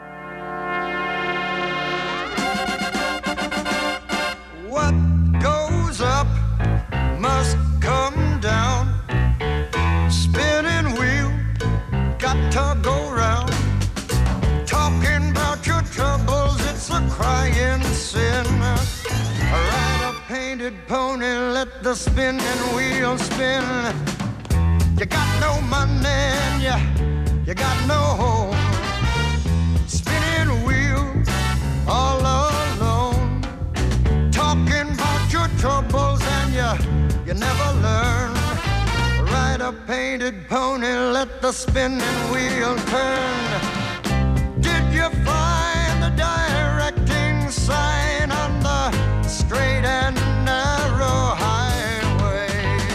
What goes up must come down. Spinning wheel, got to go round. Talking about your troubles, it's a crying sin. Ride a painted pony, let the spinning wheel spin. You got no money and you got no home. Spinning wheel, all alone. Talking about your troubles and you never learn. Ride a painted pony, let the spinning wheel turn. Did you find the directing sign on the straight and narrow highway?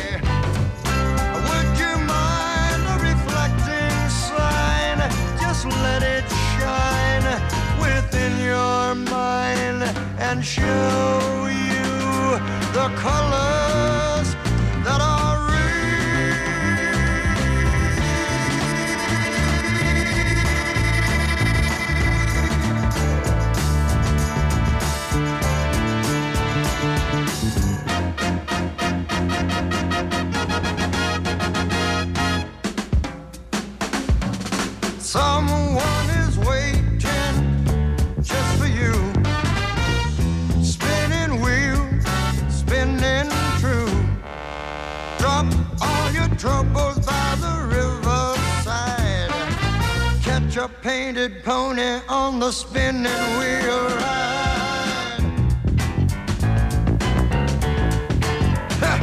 Would you mind the reflecting sign? Just let it shine within your mind and show you the colors that are real. Someone is waiting just for you. Spinning wheel, spinning true. a painted pony on the spinning wheel ride. Ha!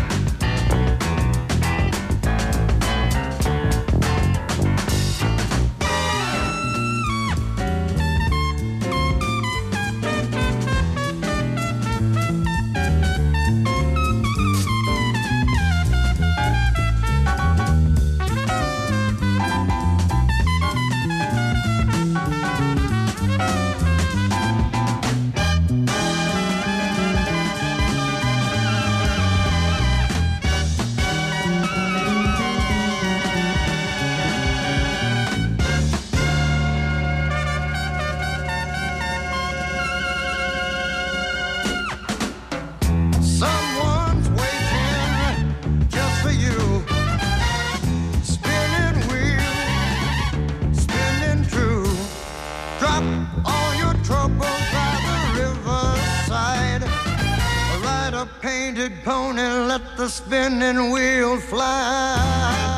Someone's waiting just for you. Spinning wheel, spinning true. Drop all your troubles by the riverside. Ride a painted pony, let the spinning wheel fly.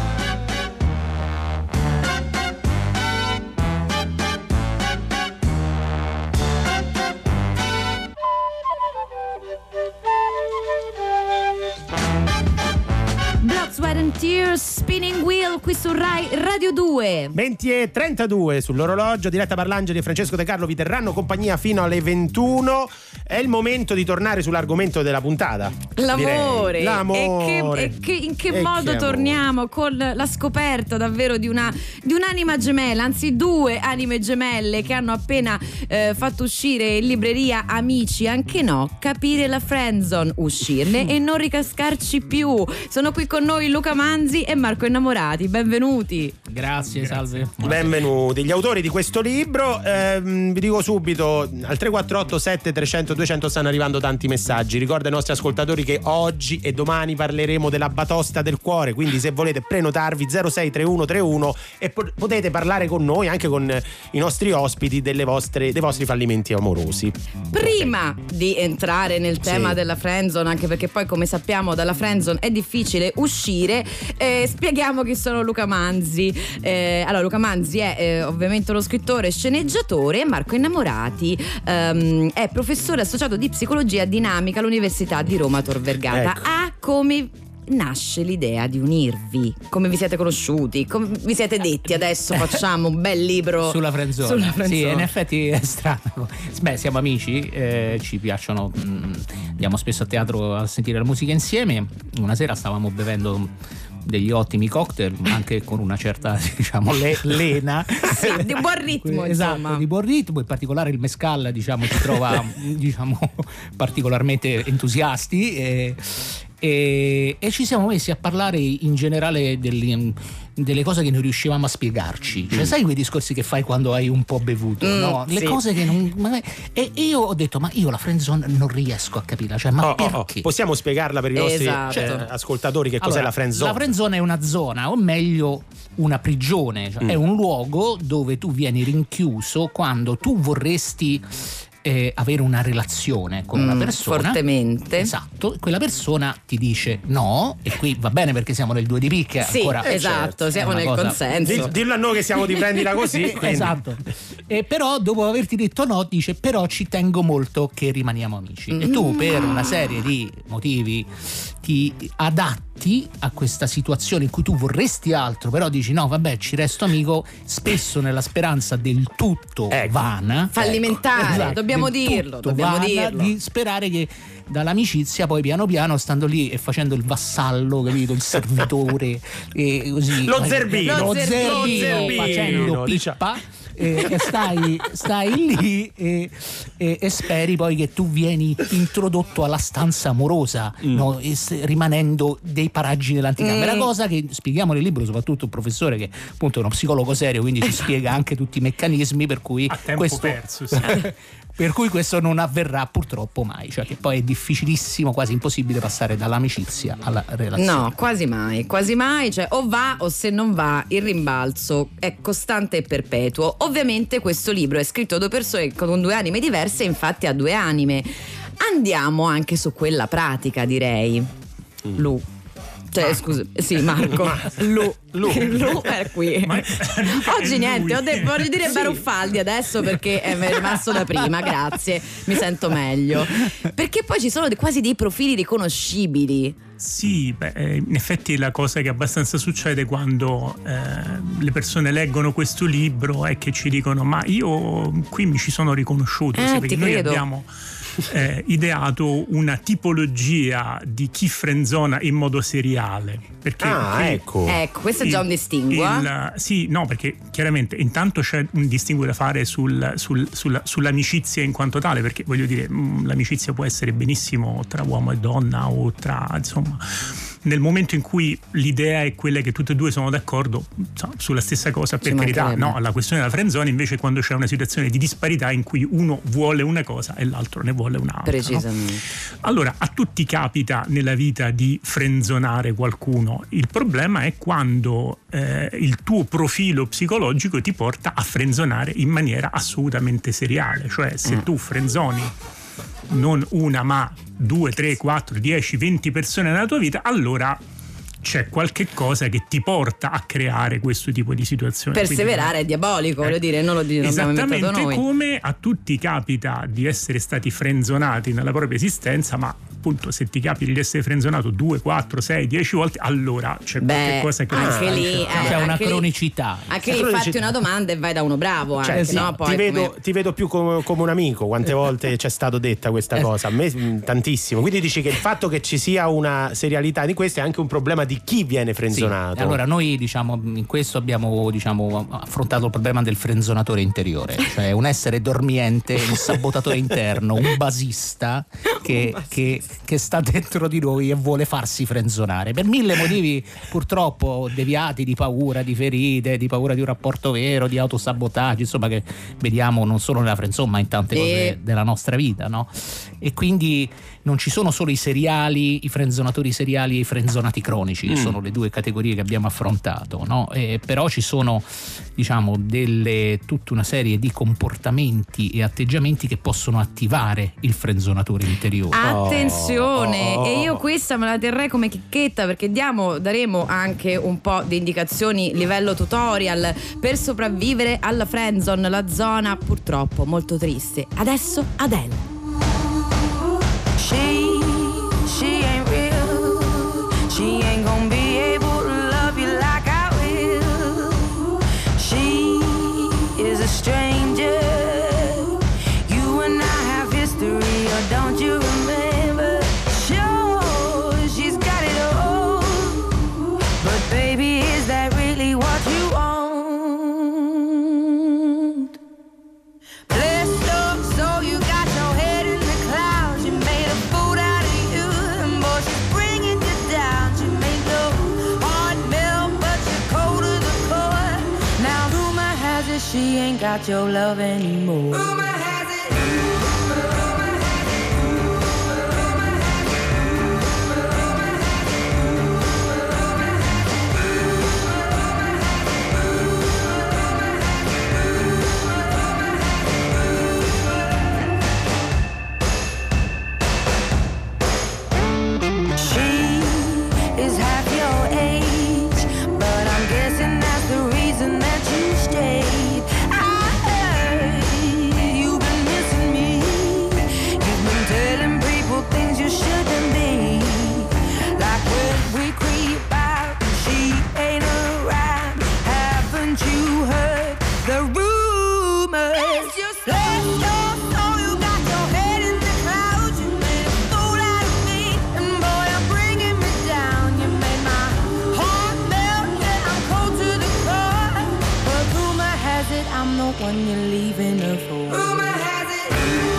Blood, Sweat and Tears, Spinning Wheel qui su Rai Radio 2. 20:32 sull'orologio, diretta Parlangeli e Francesco De Carlo vi terranno compagnia fino alle 21. È il momento di tornare sull'argomento della puntata. L'amore. L'amore. In che modo torniamo con la scoperta davvero di un'anima gemella, anzi due anime gemelle che hanno appena fatto uscire in libreria Amici, anche no, capire la friendzone, uscirne e non ricascarci più. Sono qui con noi Luca Manzi e Marco Innamorati, benvenuti. Grazie, salve. Benvenuti. Gli autori di questo libro, vi dico subito, al 348 7300 200 stanno arrivando tanti messaggi. Ricordo ai nostri ascoltatori che oggi e domani parleremo della batosta del cuore, quindi se volete prenotarvi 063131 e potete parlare con noi, anche con i nostri ospiti, dei vostri fallimenti amorosi. Prima di entrare nel tema della friendzone, anche perché poi come sappiamo dalla friendzone è difficile uscire, spieghiamo chi sono Luca Manzi. Allora, Luca Manzi è ovviamente uno scrittore, sceneggiatore, e Marco Innamorati è professore associato di psicologia dinamica all'Università di Roma Tor Vergata. Ecco. Come nasce l'idea di unirvi? Come vi siete conosciuti? Come vi siete detti adesso facciamo un bel libro sulla friendzone? Sì, in effetti è strano. Beh, siamo amici, ci piacciono, andiamo spesso a teatro a sentire la musica insieme. Una sera stavamo bevendo degli ottimi cocktail, anche con una certa, diciamo, lena. Sì, di buon ritmo, esatto, insomma. di buon ritmo, in particolare il mezcal, diciamo, ci trova diciamo particolarmente entusiasti e ci siamo messi a parlare in generale delle cose che non riuscivamo a spiegarci. Cioè, sai quei discorsi che fai quando hai un po' bevuto, no? Le cose che non. E io ho detto, ma io la friendzone non riesco a capirla, cioè, ma perché? Possiamo spiegarla per i nostri ascoltatori che cos'è la friendzone? La friendzone è una zona, o meglio una prigione, cioè è un luogo dove tu vieni rinchiuso quando tu vorresti avere una relazione con una persona fortemente. Esatto, quella persona ti dice no, e qui va bene perché siamo nel 2 di picche. Sì, ancora, esatto, siamo nel consenso. Dillo a noi che siamo di prendila così. Esatto. Però dopo averti detto no dice però ci tengo molto che rimaniamo amici. E tu per una serie di motivi ti adatti a questa situazione in cui tu vorresti altro, però dici no vabbè ci resto amico, spesso nella speranza del tutto vana, fallimentare, esatto, dobbiamo dirlo di sperare che dall'amicizia poi piano piano, stando lì e facendo il vassallo, capito, il servitore e così lo zerbino facendo pippa, stai lì e speri poi che tu vieni introdotto alla stanza amorosa, no? Rimanendo dei paraggi dell'anticamera, cosa che spieghiamo nel libro, soprattutto il professore che appunto è uno psicologo serio, quindi ci spiega anche tutti i meccanismi per cui a tempo perso, sì. Per cui questo non avverrà purtroppo mai, cioè che poi è difficilissimo, quasi impossibile passare dall'amicizia alla relazione. No, quasi mai, cioè o va o se non va il rimbalzo è costante e perpetuo. Ovviamente questo libro è scritto da 2 persone con 2 anime diverse, infatti ha 2 anime. Andiamo anche su quella pratica, direi. Lu. Cioè, scusa, sì, Marco. Lu è qui. Oggi niente, voglio dire Baruffaldi adesso perché è rimasto da prima, grazie, mi sento meglio. Perché poi ci sono quasi dei profili riconoscibili. Sì, in effetti la cosa che abbastanza succede quando le persone leggono questo libro è che ci dicono: ma io qui mi ci sono riconosciuto, sì, perché noi abbiamo ideato una tipologia di chi frenzona in modo seriale. Perché ecco, questo è già un distinguo. Sì, no, perché chiaramente intanto c'è un distinguo da fare sull'amicizia in quanto tale, perché voglio dire, l'amicizia può essere benissimo tra uomo e donna o tra, insomma, nel momento in cui l'idea è quella che tutte e due sono d'accordo sulla stessa cosa, per carità, no, la questione della friendzone invece è quando c'è una situazione di disparità in cui uno vuole una cosa e l'altro ne vuole un'altra. Precisamente. No? Allora, a tutti capita nella vita di frenzonare qualcuno. Il problema è quando il tuo profilo psicologico ti porta a frenzonare in maniera assolutamente seriale, cioè se tu frenzoni non una ma 2, 3, 4, 10, 20 persone nella tua vita, allora c'è qualche cosa che ti porta a creare questo tipo di situazione. Perseverare è diabolico, voglio dire, non lo abbiamo inventato noi. Come a tutti capita di essere stati frenzonati nella propria esistenza, ma appunto se ti capita di essere frenzonato 2, 4, 6, 10 volte, allora c'è qualche cosa che anche lì c'è una cronicità. Anche lì fatti una domanda e vai da uno bravo, anche, sì, no? Poi ti vedo più come un amico. Quante volte c'è stato detta questa cosa? A me tantissimo. Quindi dici che il fatto che ci sia una serialità di questo è anche un problema di chi viene frenzonato. Sì. Allora noi in questo abbiamo affrontato il problema del frenzonatore interiore, cioè un essere dormiente, un sabotatore interno, un basista che sta dentro di noi e vuole farsi frenzonare per 1000 motivi, purtroppo deviati, di paura di ferite, di paura di un rapporto vero, di autosabotaggio, insomma, che vediamo non solo nella friendzone ma in tante cose della nostra vita, no? E quindi non ci sono solo i seriali, i frenzonatori seriali e i frenzonati cronici, sono le due categorie che abbiamo affrontato, no? Però ci sono, tutta una serie di comportamenti e atteggiamenti che possono attivare il frenzonatore interiore. Attenzione, e io questa me la terrei come chicchetta, perché daremo anche un po' di indicazioni livello tutorial per sopravvivere alla friendzone, la zona purtroppo molto triste. Adesso Adele. She ain't real. She ain't gonna be able to love you like I will. She is a stranger. You and I have history, or don't you remember? Sure, she's got it all. But baby, is that really what you want? Blessed up, so you got your head in the clouds. You made a fool out of you, and boy, she's bringing you down. She made your heart melt, but you're cold to the core. Now rumor has it she ain't got your love anymore. Rumor has it. When you're leaving her for. Rumor has it.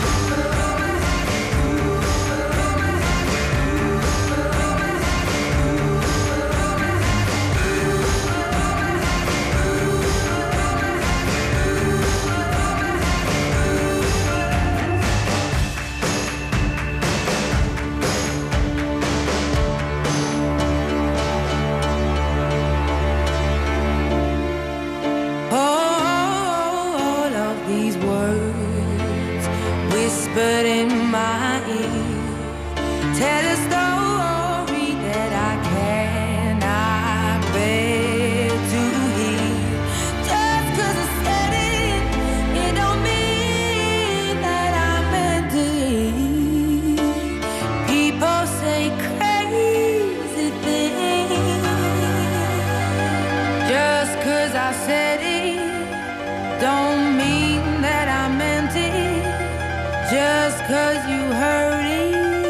Whispered in my ear, tell a story that I can't don't mean that I meant it just 'cause you heard it.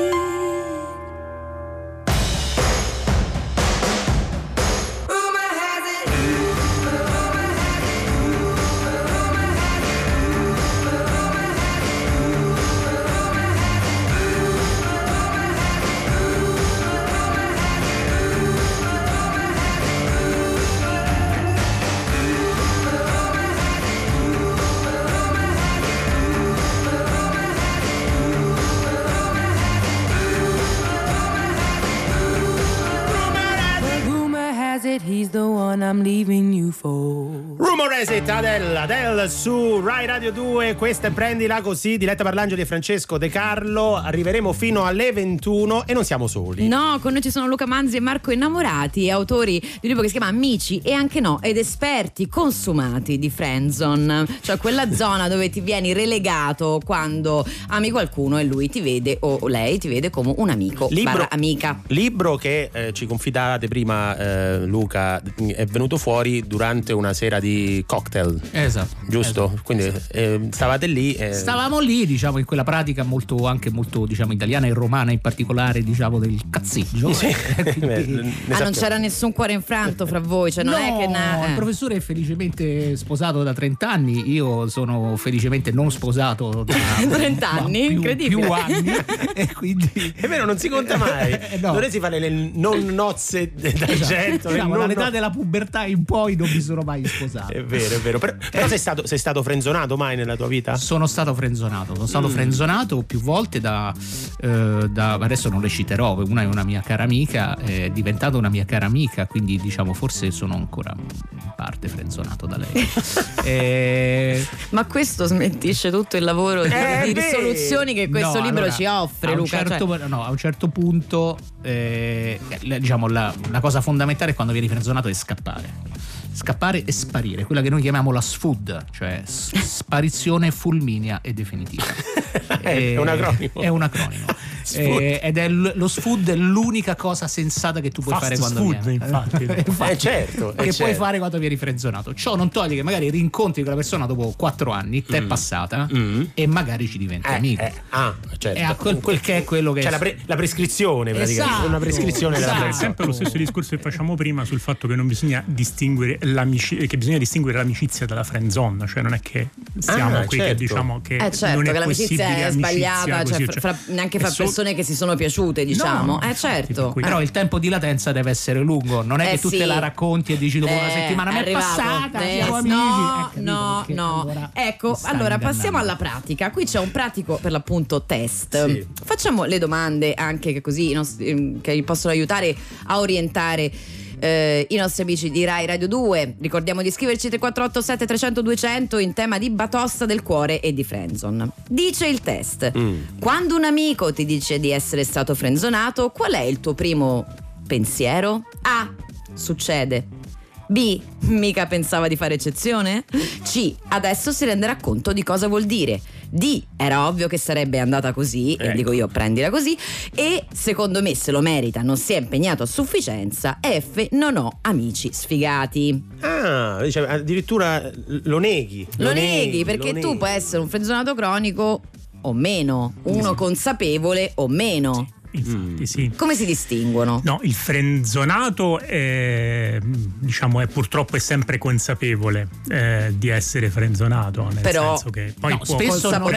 He's the one I'm leaving you for. Rumor has it, Adele su Rai Radio 2. Questa è Prendila Così, Diletta Parlangeli e Francesco De Carlo. Arriveremo fino alle 21 e non siamo soli. No, con noi ci sono Luca Manzi e Marco Innamorati, autori di un libro che si chiama Amici e anche no, ed esperti consumati di friendzone, cioè quella zona dove ti vieni relegato quando ami qualcuno e lui ti vede o lei ti vede come un amico barra amica. Libro che ci confidate prima, Luca, è venuto fuori durante una sera di cocktail. Esatto. Giusto? Esatto, quindi stavate lì. Stavamo lì, diciamo, in quella pratica anche molto, diciamo, italiana e romana in particolare, diciamo, del cazzeggio. Sì. Non c'era nessun cuore infranto fra voi, cioè non è che il professore è felicemente sposato da 30 anni, io sono felicemente non sposato da 30 anni, incredibile. Più anni e quindi è vero, non si conta mai. No. Dovresti fare le non nozze d'argento. Diciamo, dall'età della pubertà in poi non mi sono mai sposato. È vero. Però sei stato frenzonato mai nella tua vita? Sono stato frenzonato più volte da adesso non le citerò, una è una mia cara amica, è diventata una mia cara amica, quindi diciamo forse sono ancora in parte frenzonato da lei. Ma questo smentisce tutto il lavoro di risoluzioni che questo libro ci offre, Luca. A un certo punto diciamo la cosa fondamentale quando vieni frenzonato è scappare e sparire, quella che noi chiamiamo la SFUD, cioè sparizione fulminea e definitiva. È un acronimo. È un acronimo. Ed è lo SFUD è l'unica cosa sensata che tu puoi fare quando vieni. Infatti. Certo. Puoi fare quando vieni frenzonato. Ciò non toglie che magari rincontri quella persona dopo 4 anni, t'è passata e magari ci diventa amico. Certo. Quel che è quello che cioè la prescrizione, praticamente. Esatto. Una prescrizione della È sempre lo stesso discorso che facciamo prima sul fatto che non bisogna distinguere l'amicizia dalla friendzone, cioè non è che siamo qui che diciamo che non è che l'amicizia è sbagliata, così, neanche fra persone che si sono piaciute, diciamo. No, certo. Però il tempo di latenza deve essere lungo, non è che tu te la racconti e dici dopo una settimana mi è passata, siamo amici. No. Allora, ecco, passiamo alla pratica. Qui c'è un pratico per l'appunto test. Sì. Facciamo le domande anche che così che possono aiutare a orientare i nostri amici di Rai Radio 2. Ricordiamo di scriverci 3487 300 200 in tema di batosta del cuore e di friendzone. Dice il test: quando un amico ti dice di essere stato frenzonato, qual è il tuo primo pensiero? A. Succede. B. Mica pensava di fare eccezione? C. Adesso si renderà conto di cosa vuol dire. D. Era ovvio che sarebbe andata così, e dico io prendila così. E secondo me se lo merita, non si è impegnato a sufficienza. F. Non ho amici sfigati. Diciamo, addirittura lo neghi. Lo neghi perché tu puoi essere un frenzonato cronico o meno, uno consapevole o meno. Infatti, sì. Come si distinguono? No, il frenzonato diciamo purtroppo è sempre consapevole di essere frenzonato, nel però senso che poi spesso non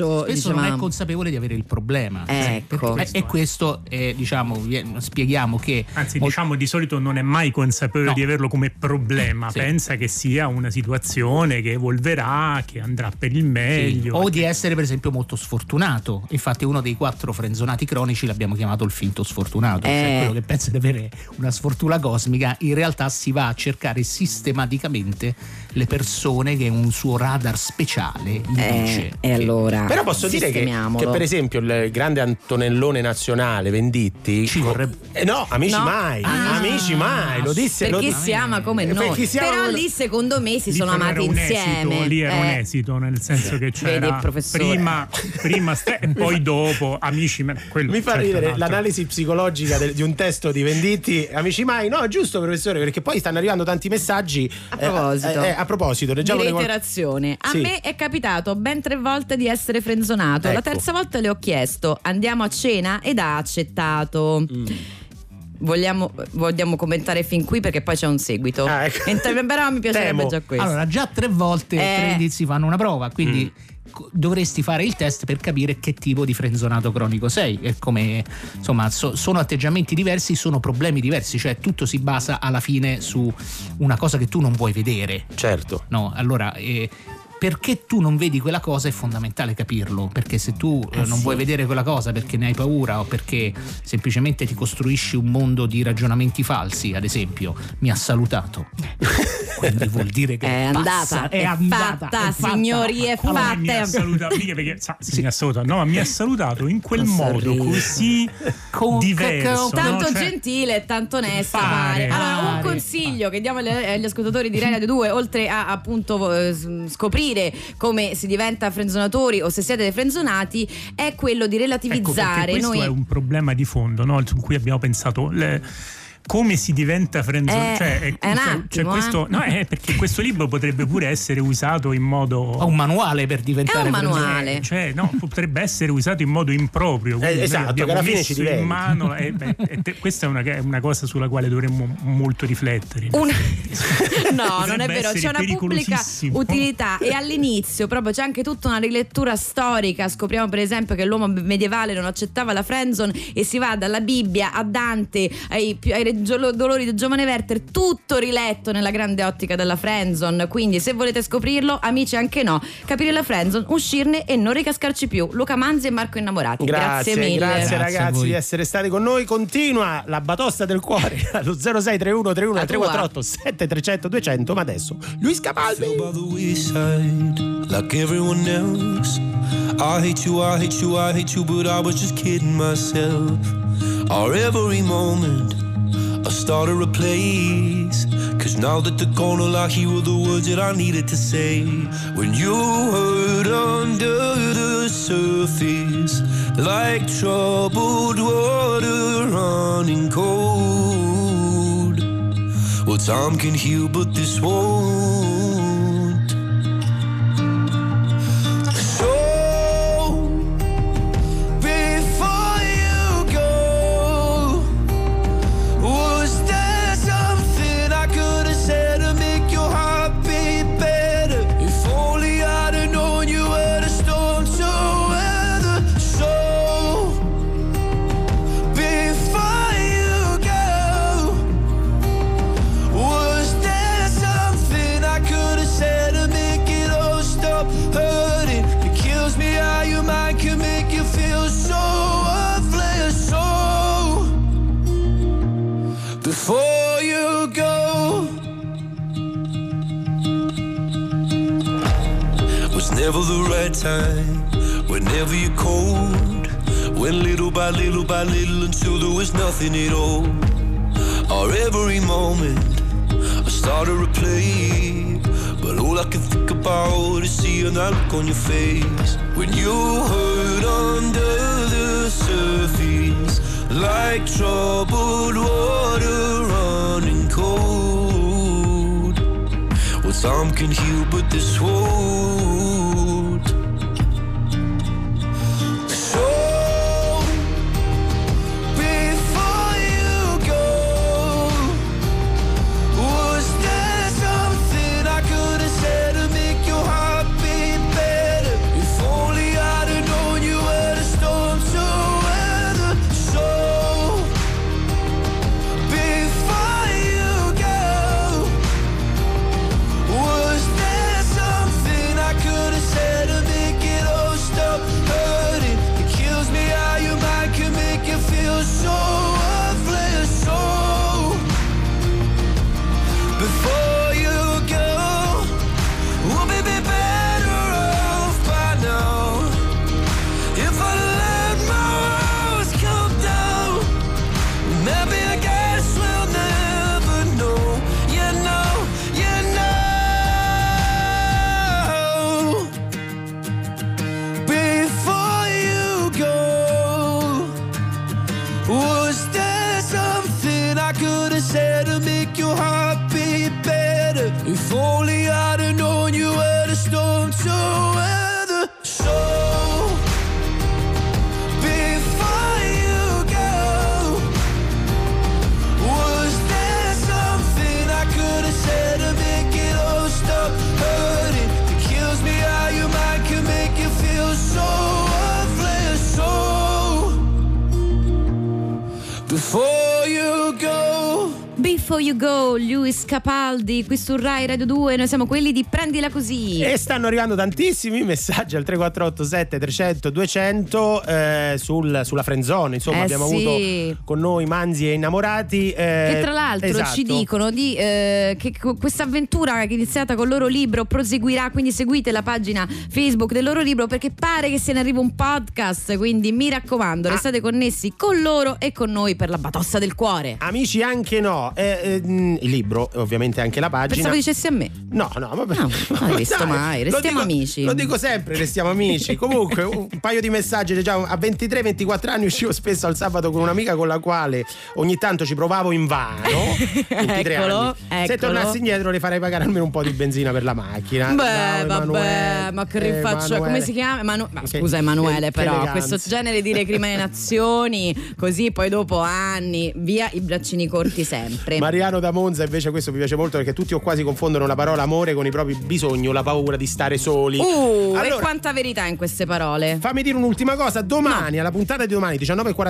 è consapevole di avere il problema. Ecco. E questo diciamo spieghiamo che diciamo di solito non è mai consapevole di averlo come problema, pensa che sia una situazione che evolverà, che andrà per il meglio, o di essere per esempio molto sfortunato. Infatti uno dei 4 frenzonati cronici l'abbiamo chiamato il finto sfortunato, cioè quello che pensa di avere una sfortuna cosmica, in realtà si va a cercare sistematicamente le persone che un suo radar speciale gli dice. E allora però posso dire che per esempio il grande Antonellone nazionale Venditti ci vorrebbe amici mai lo disse, perché si ama come noi, però lì secondo me si sono amati insieme. Lì era un esito, nel senso che c'era prima e poi dopo amici, quello mi fa ridere l'analisi psicologica di un testo di Venditti. Amici mai? No, giusto professore, perché poi stanno arrivando tanti messaggi a proposito di reiterazione. A me è capitato ben 3 volte di essere frenzonato. La terza volta le ho chiesto andiamo a cena ed ha accettato. Vogliamo commentare fin qui perché poi c'è un seguito. Però mi piacerebbe già questo. Allora, già 3 volte 3 indizi fanno una prova, quindi dovresti fare il test per capire che tipo di frenzonato cronico sei. E come insomma sono atteggiamenti diversi, sono problemi diversi, cioè tutto si basa alla fine su una cosa che tu non vuoi vedere. Certo. No, allora perché tu non vedi quella cosa è fondamentale capirlo, perché se tu non vuoi vedere quella cosa perché ne hai paura o perché semplicemente ti costruisci un mondo di ragionamenti falsi, ad esempio mi ha salutato, quindi vuol dire che è andata, signori, è fatta. Mi ha salutato perché mi ha salutato, no, ma mi ha salutato in quel modo così diverso, tanto gentile, tanto onesta. Allora, un consiglio che diamo agli ascoltatori di Radio 2, oltre a appunto scoprire come si diventa frenzonatori o se siete frenzonati, è quello di relativizzare. Questo è un problema di fondo, no? Su cui abbiamo pensato come si diventa frenzonato, perché questo libro potrebbe pure essere usato in modo un manuale per diventare manuale, cioè no, potrebbe essere usato in modo improprio, esatto, che alla fine ci in mano questa è una cosa sulla quale dovremmo molto riflettere. No, non è vero, c'è una pubblica utilità e all'inizio proprio c'è anche tutta una rilettura storica. Scopriamo per esempio che l'uomo medievale non accettava la friendzone e si va dalla Bibbia a Dante ai dolori del giovane Werther, tutto riletto nella grande ottica della friendzone. Quindi se volete scoprirlo, amici, anche no, capire la friendzone, uscirne e non ricascarci più. Luca Manzi e Marco Innamorati, grazie mille. Grazie ragazzi di essere stati con noi. Continua la batosta del cuore allo 0631 31 348 7300 200, ma adesso Luis Capaldi. Like everyone else, I hate you, I hate you, I hate you, but I was just kidding myself. Our every moment I started a place, cause now that they're gone, all I hear were the words that I needed to say. When you hurt under the surface, like troubled water running cold. Well, time can heal, but this won't. Before you go, was never the right time, whenever you're cold, went little by little by little until there was nothing at all. Our every moment I started to replay, but all I can think about is seeing that look on your face. When you hurt under the surface, like troubled water running cold. Well, time can heal, but this won't. So before you go, was there something I could have said to make your heart beat better? If only I'd have known you were the storm to weather. So before you go, was there something I Before You Go, Lewis Capaldi, qui su Rai Radio 2. Noi siamo quelli di Prendila Così. E stanno arrivando tantissimi messaggi al 3487 300 200 sulla friendzone. Insomma, abbiamo avuto con noi Manzi e Innamorati. Che tra l'altro ci dicono che questa avventura che è iniziata col loro libro proseguirà, quindi seguite la pagina Facebook del loro libro, perché pare che se ne arriva un podcast, quindi mi raccomando, restate connessi con loro e con noi per la batosta del cuore. Amici anche no, il libro ovviamente anche la pagina. Pensavo dicessi a me. No, vabbè. No, non resto mai, restiamo amici. Lo dico sempre, restiamo amici. Comunque un paio di messaggi, diciamo, a 23-24 anni uscivo spesso al sabato con un'amica con la quale ogni tanto ci provavo invano. 23 anni. Se tornassi indietro le farei pagare almeno un po' di benzina per la macchina. Beh, vabbè, ma che rinfaccio, come si chiama? Scusa Emanuele, però questo genere di recriminazioni così poi dopo anni via i braccini corti sempre. Mariano da Monza invece questo mi piace molto, perché tutti o quasi confondono la parola amore con i propri bisogni o la paura di stare soli. Allora, e quanta verità in queste parole. Fammi dire un'ultima cosa, domani alla puntata di domani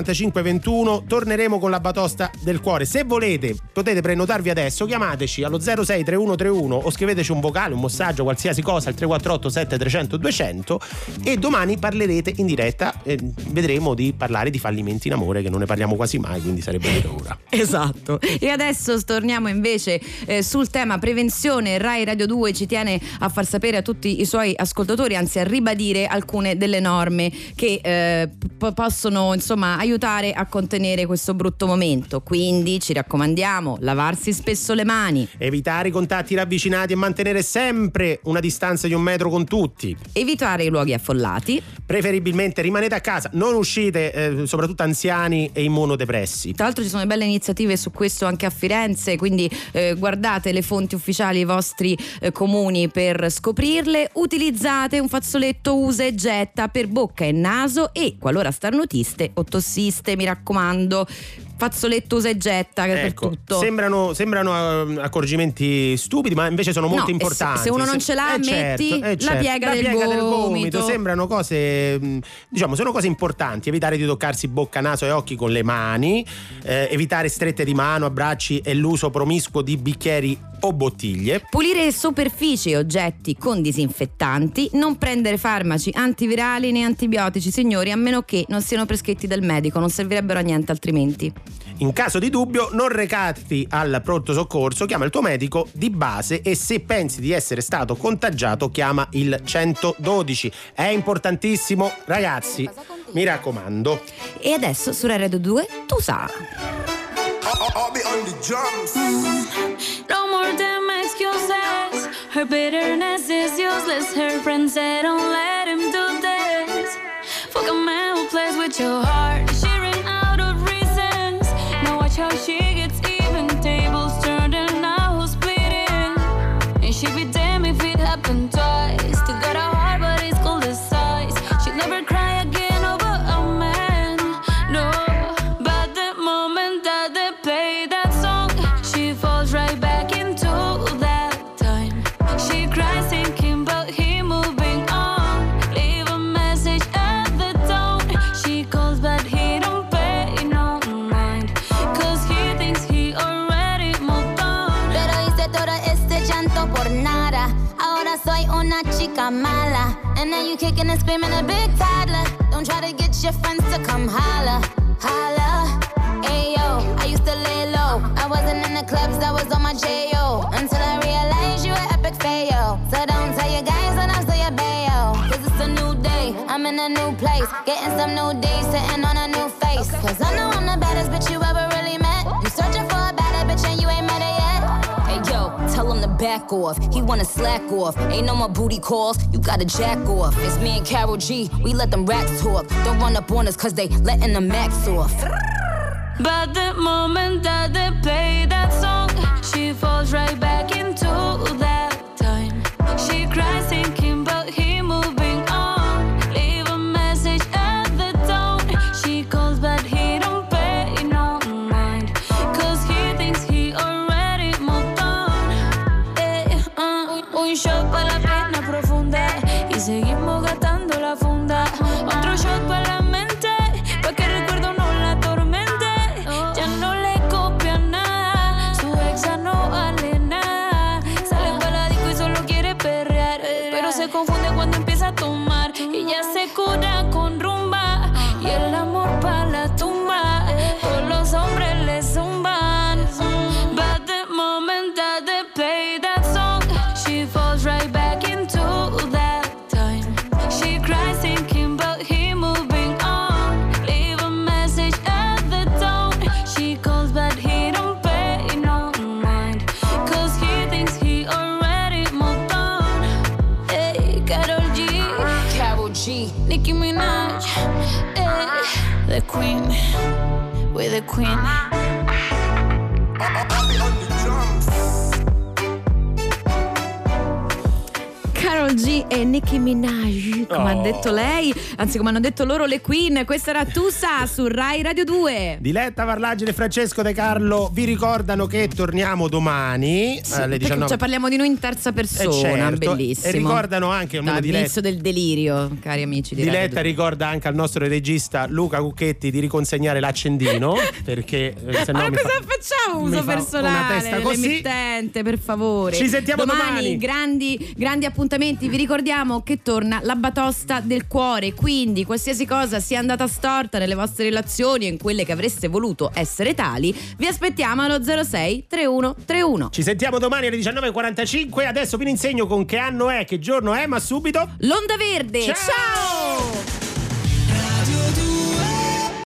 19:45-21 torneremo con la batosta del cuore. Se volete potete prenotarvi adesso, chiamateci allo 063131 o scriveteci un vocale, un messaggio, qualsiasi cosa al 348 7300 200 e domani parlerete in diretta. Vedremo di parlare di fallimenti in amore, che non ne parliamo quasi mai, quindi sarebbe ora. Esatto. E adesso torniamo invece sul tema prevenzione. Rai Radio 2 ci tiene a far sapere a tutti i suoi ascoltatori, anzi a ribadire alcune delle norme che possono insomma aiutare a contenere questo brutto momento. Quindi ci raccomandiamo: lavarsi spesso le mani, evitare i contatti ravvicinati e mantenere sempre una distanza di 1 metro con tutti, evitare i luoghi affollati, preferibilmente rimanete a casa, non uscite, soprattutto anziani e immunodepressi. Tra l'altro ci sono belle iniziative su questo anche a Firenze, quindi guardate le fonti ufficiali dei vostri comuni per scoprirle. Utilizzate un fazzoletto usa e getta per bocca e naso e qualora starnutiste o tossiste, mi raccomando, fazzoletto usa e getta per tutto. Sembrano accorgimenti stupidi, ma invece sono molto importanti. Se uno non ce l'ha, metti la piega del gomito. Sembrano cose, diciamo, sono cose importanti. Evitare di toccarsi bocca, naso e occhi con le mani, evitare strette di mano, abbracci e l'uso promiscuo di bicchieri o bottiglie. Pulire superfici e oggetti con disinfettanti. Non prendere farmaci antivirali né antibiotici, signori, a meno che non siano prescritti dal medico, non servirebbero a niente altrimenti. In caso di dubbio non recati al pronto soccorso, chiama il tuo medico di base e se pensi di essere stato contagiato chiama il 112. È importantissimo, ragazzi, mi raccomando. E adesso su Radio 2 tu sa. No more damn excuses. Her bitterness is useless. Her friends say don't let him do this. Fuck a man who plays with your heart. She ran out of reasons. Now watch how she gets even. Tables turned and now who's bleeding? And she'd be damned if it happened twice. Still got a heart but it's cold as ice. She'd never cry again over a man. No, but the moment that they play that song, she falls right back into that time. She cries thinking about him moving on. Leave a message at the tone. She calls but he don't pay no mind, cause he thinks he already moved on. Pero hice todo este llanto por nada. Ahora soy una chica mala. And then you kicking and screaming a big toddler. Don't try to get your friends to come holla, holla. Ayo, I used to lay low. I wasn't in the clubs, I was on my J.O. Until I realized you were epic fail. So don't tell your guys that I'm still your bayo. Cause it's a new day, I'm in a new place. Getting some new days, sitting on a new face. Cause I know I'm the baddest bitch you ever really met. You searching for a better bitch and you ain't met her yet. Hey yo, tell him to back off. He wanna slack off. Ain't no more booty calls, you gotta jack off. It's me and Karol G, we let them racks talk. Don't run up on us cause they letting the max off. But the moment that they play that song, she falls right back into that time. She cries thinking about him moving on. Leave a message at the tone. She calls but he don't pay no mind, cause he thinks he already moved on. Un shot pa' la pena profunda y seguimos gastando la funda. Otro shot pa' la mente, pa' que el recuerdo no la atormente. Ya no le copia nada, su ex G, Nicki Minaj, the queen, we're the queen. Karol G e Nicki Minaj, come ha detto lei, anzi come hanno detto loro le Queen. Questa era Tusa su Rai Radio 2. Diletta Parlagine e Francesco De Carlo vi ricordano che torniamo domani alle 19. Cioè parliamo di noi in terza persona, certo. Bellissimo. E ricordano anche dall'inizio del delirio, cari amici di Diletta Radio 2. ricorda anche al nostro regista Luca Cucchetti di riconsegnare l'accendino perché se no cosa facciamo? Uso personale dell'emittente, per favore. Ci sentiamo domani. Grandi appuntamenti. Vi ricordiamo che torna la batosta del cuore, quindi qualsiasi cosa sia andata storta nelle vostre relazioni e in quelle che avreste voluto essere tali, vi aspettiamo allo 06 31 31. Ci sentiamo domani alle 19:45. Adesso vi insegno con che anno è, che giorno è, ma subito l'onda verde. Ciao!